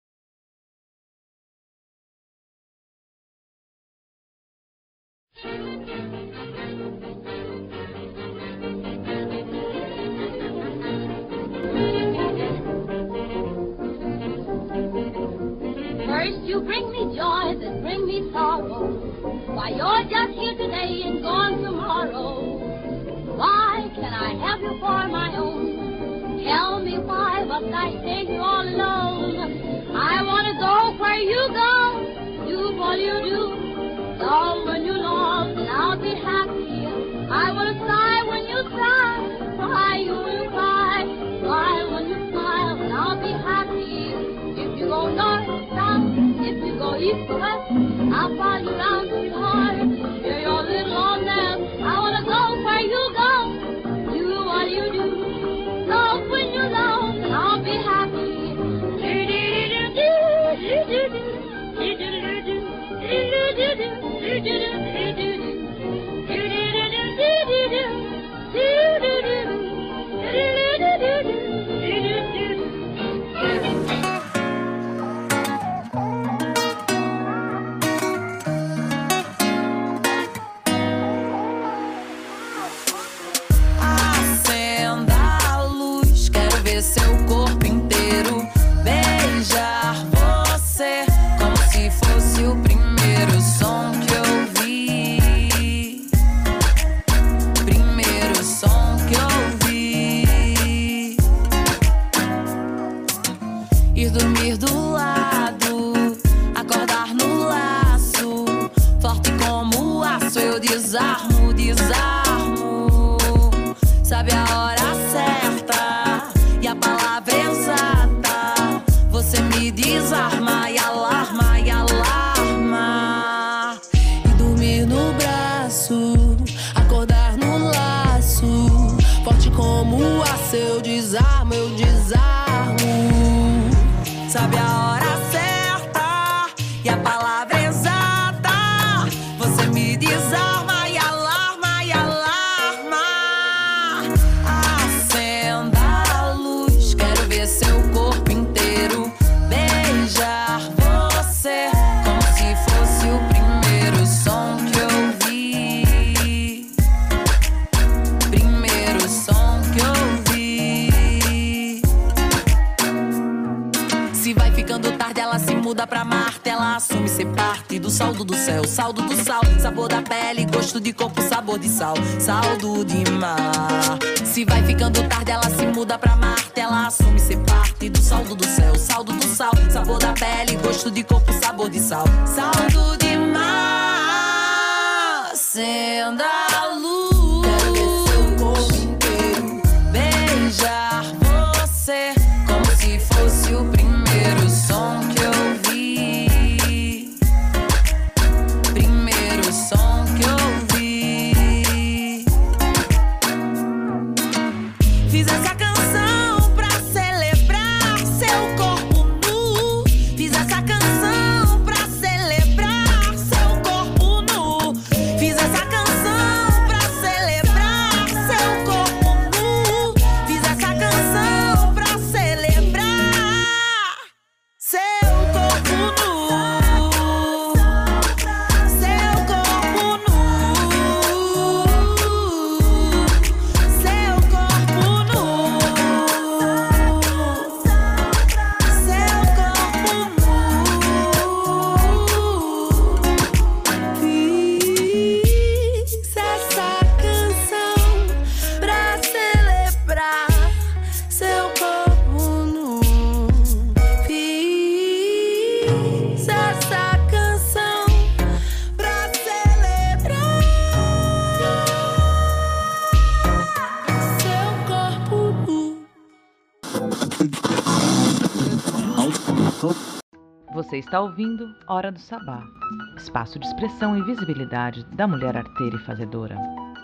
First you bring me joy, then bring me sorrow. Why, you're just here today and gone tomorrow. Why can't I have you for my own? Tell me why must I stay here all alone? I want to go where you go, do what you do. Love when you love, and I'll be happy. I want to cry when you cry you when you cry. Smile when you smile, and I'll be happy. If you go north, south, if you go east or west, I'll follow you round the heart. You're your little old man. I want to go where you go, do what you do. Love when you love, and I'll be happy. Acenda a luz, quero ver seu corpo inteiro. Beijar você como se fosse o primeiro som que eu vi. Primeiro som que eu vi. Ir dormir do lado, acordar no laço. Forte como aço, eu desarmo, desarmo. Sabe a hora certa e a palavra exata. Você me desarma e alarma, e alarma. E dormir no braço, acordar no laço. Forte como aço, eu desarmo, eu desarmo. Sabe a hora certa e a palavra exata. Você me desarma e alarma, e alarma. Acenda a luz, quero ver seu corpo inteiro. Beijar você como se fosse o primeiro som que eu vi. Primeiro som que eu vi. Se vai ficando tarde, ela dela se muda pra Marte. Ela assume ser parte do saldo do céu. Saldo do sal, sabor da pele, gosto de corpo, sabor de sal. Saldo de mar. Se vai ficando tarde, ela se muda pra Marte. Ela assume ser parte do saldo do céu. Saldo do sal, sabor da pele, gosto de corpo, sabor de sal. Saldo de mar. Acenda a luz. Quero ver seu corpo inteiro. Beijar você como se fosse o primeiro som que eu vi. Primeiro som que eu vi. Fiz essa canção pra celebrar seu corpo nu. Fiz essa canção pra celebrar seu corpo nu. Fiz essa canção pra celebrar seu corpo nu. Fiz essa canção pra celebrar seu corpo nu. Seu corpo nu. Seu corpo nu. Seu corpo nu. Fiz essa canção pra celebrar seu corpo nu. Fiz essa canção pra celebrar seu corpo nu. Você está ouvindo Hora do Sabá, espaço de expressão e visibilidade da mulher arteira e fazedora.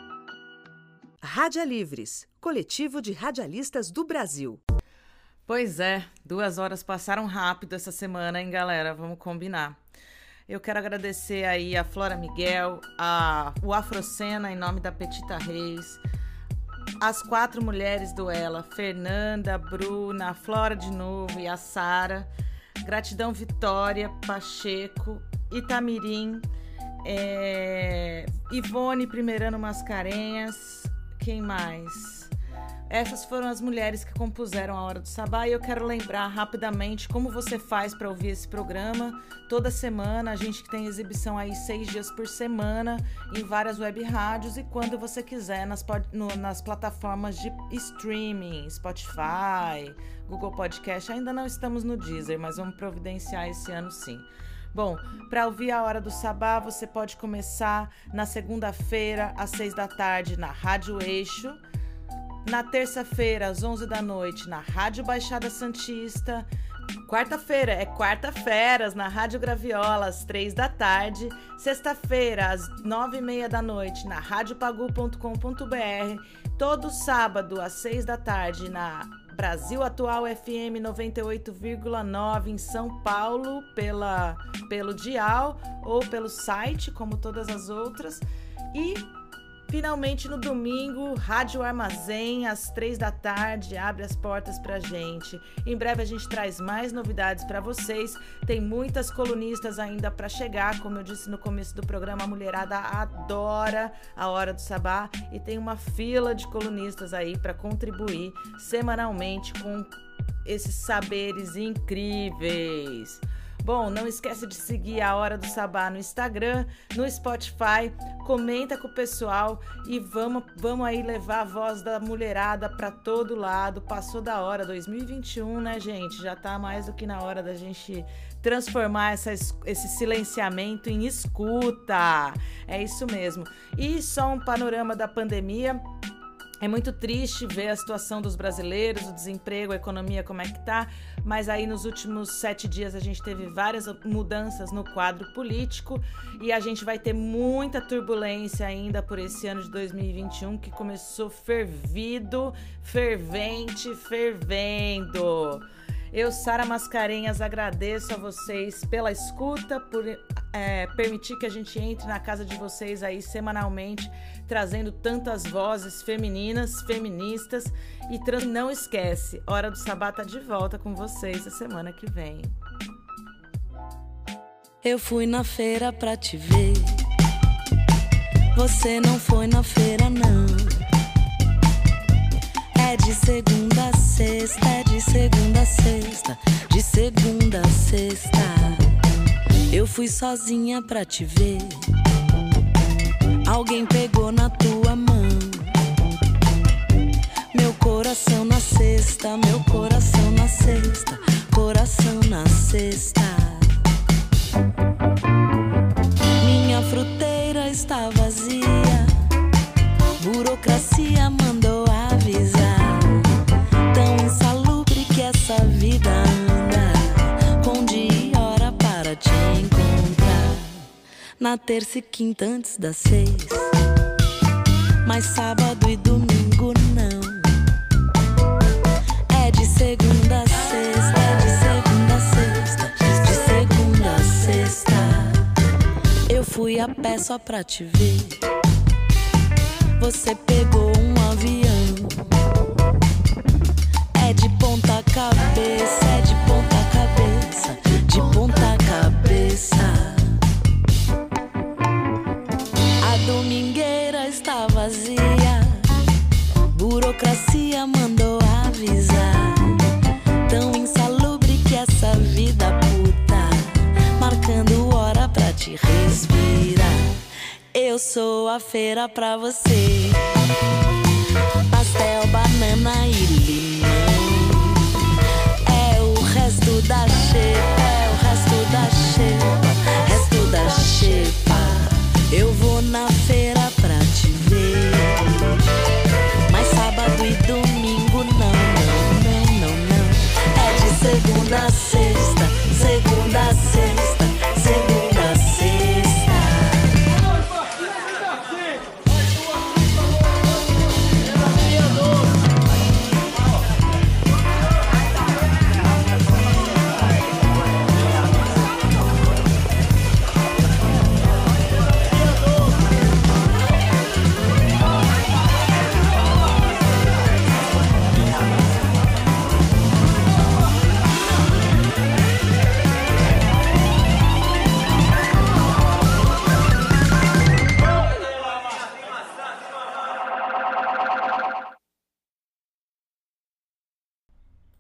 Rádia Livres, coletivo de radialistas do Brasil. Pois é, 2 horas passaram rápido essa semana, hein, galera? Vamos combinar. Eu quero agradecer aí a Flora Miguel, o Afrocena, em nome da Petita Reis, as 4 mulheres do Ela, Fernanda, Bruna, a Flora de novo e a Sara. Gratidão Vitória, Pacheco, Itamirim, Ivone Primeirano Mascarenhas, quem mais? Essas foram as mulheres que compuseram a Hora do Sabá e eu quero lembrar rapidamente como você faz para ouvir esse programa. Toda semana a gente tem exibição aí 6 dias por semana em várias web rádios e quando você quiser nas plataformas de streaming, Spotify, Google Podcast. Ainda não estamos no Deezer, mas vamos providenciar esse ano sim. Bom, para ouvir a Hora do Sabá, você pode começar na segunda-feira, às 6 da tarde, na Rádio Eixo. Na terça-feira, às 11 da noite, na Rádio Baixada Santista. Quarta-feira é Quarta-Feras, na Rádio Graviola, às 3 da tarde. Sexta-feira, às 9h30 da noite, na radiopagu.com.br. Todo sábado, às 6 da tarde, na Brasil Atual FM 98,9 em São Paulo, pelo dial ou pelo site, como todas as outras. E finalmente no domingo, Rádio Armazém, às 3 da tarde, abre as portas pra gente. Em breve a gente traz mais novidades para vocês. Tem muitas colunistas ainda para chegar, como eu disse no começo do programa, a mulherada adora a Hora do Sabá e tem uma fila de colunistas aí para contribuir semanalmente com esses saberes incríveis. Bom, não esquece de seguir a Hora do Sabá no Instagram, no Spotify, comenta com o pessoal e vamos aí levar a voz da mulherada para todo lado. Passou da hora, 2021, né, gente? Já tá mais do que na hora da gente transformar esse silenciamento em escuta. É isso mesmo. E só um panorama da pandemia. É muito triste ver a situação dos brasileiros, o desemprego, a economia, como é que tá, mas aí nos últimos 7 dias a gente teve várias mudanças no quadro político e a gente vai ter muita turbulência ainda por esse ano de 2021 que começou fervendo. Eu, Sara Mascarenhas, agradeço a vocês pela escuta, por permitir que a gente entre na casa de vocês aí semanalmente, trazendo tantas vozes femininas, feministas. E não esquece, Hora do Sabá tá de volta com vocês a semana que vem. Eu fui na feira pra te ver, você não foi na feira não. É de segunda a sexta, é de segunda a sexta, de segunda a sexta. Eu fui sozinha pra te ver. Alguém pegou na tua mão. Meu coração na cesta, meu coração na cesta, coração na cesta. Minha fruteira está vazia, burocracia mandou avisar. Tão insalubre que essa vida anda, com dia e hora para te encontrar. Na terça e quinta antes das 6, mas sábado e domingo não. É de segunda a sexta, é de segunda a sexta, de segunda a sexta. Eu fui a pé só pra te ver. Você pegou um avião. É de ponta cabeça, é de ponta cabeça, de ponta cabeça. A domingueira está vazia, burocracia mandou avisar. Tão insalubre que essa vida puta, marcando hora pra te respirar. Eu sou a feira pra você, pastel, banana e limão. É o resto da xepa.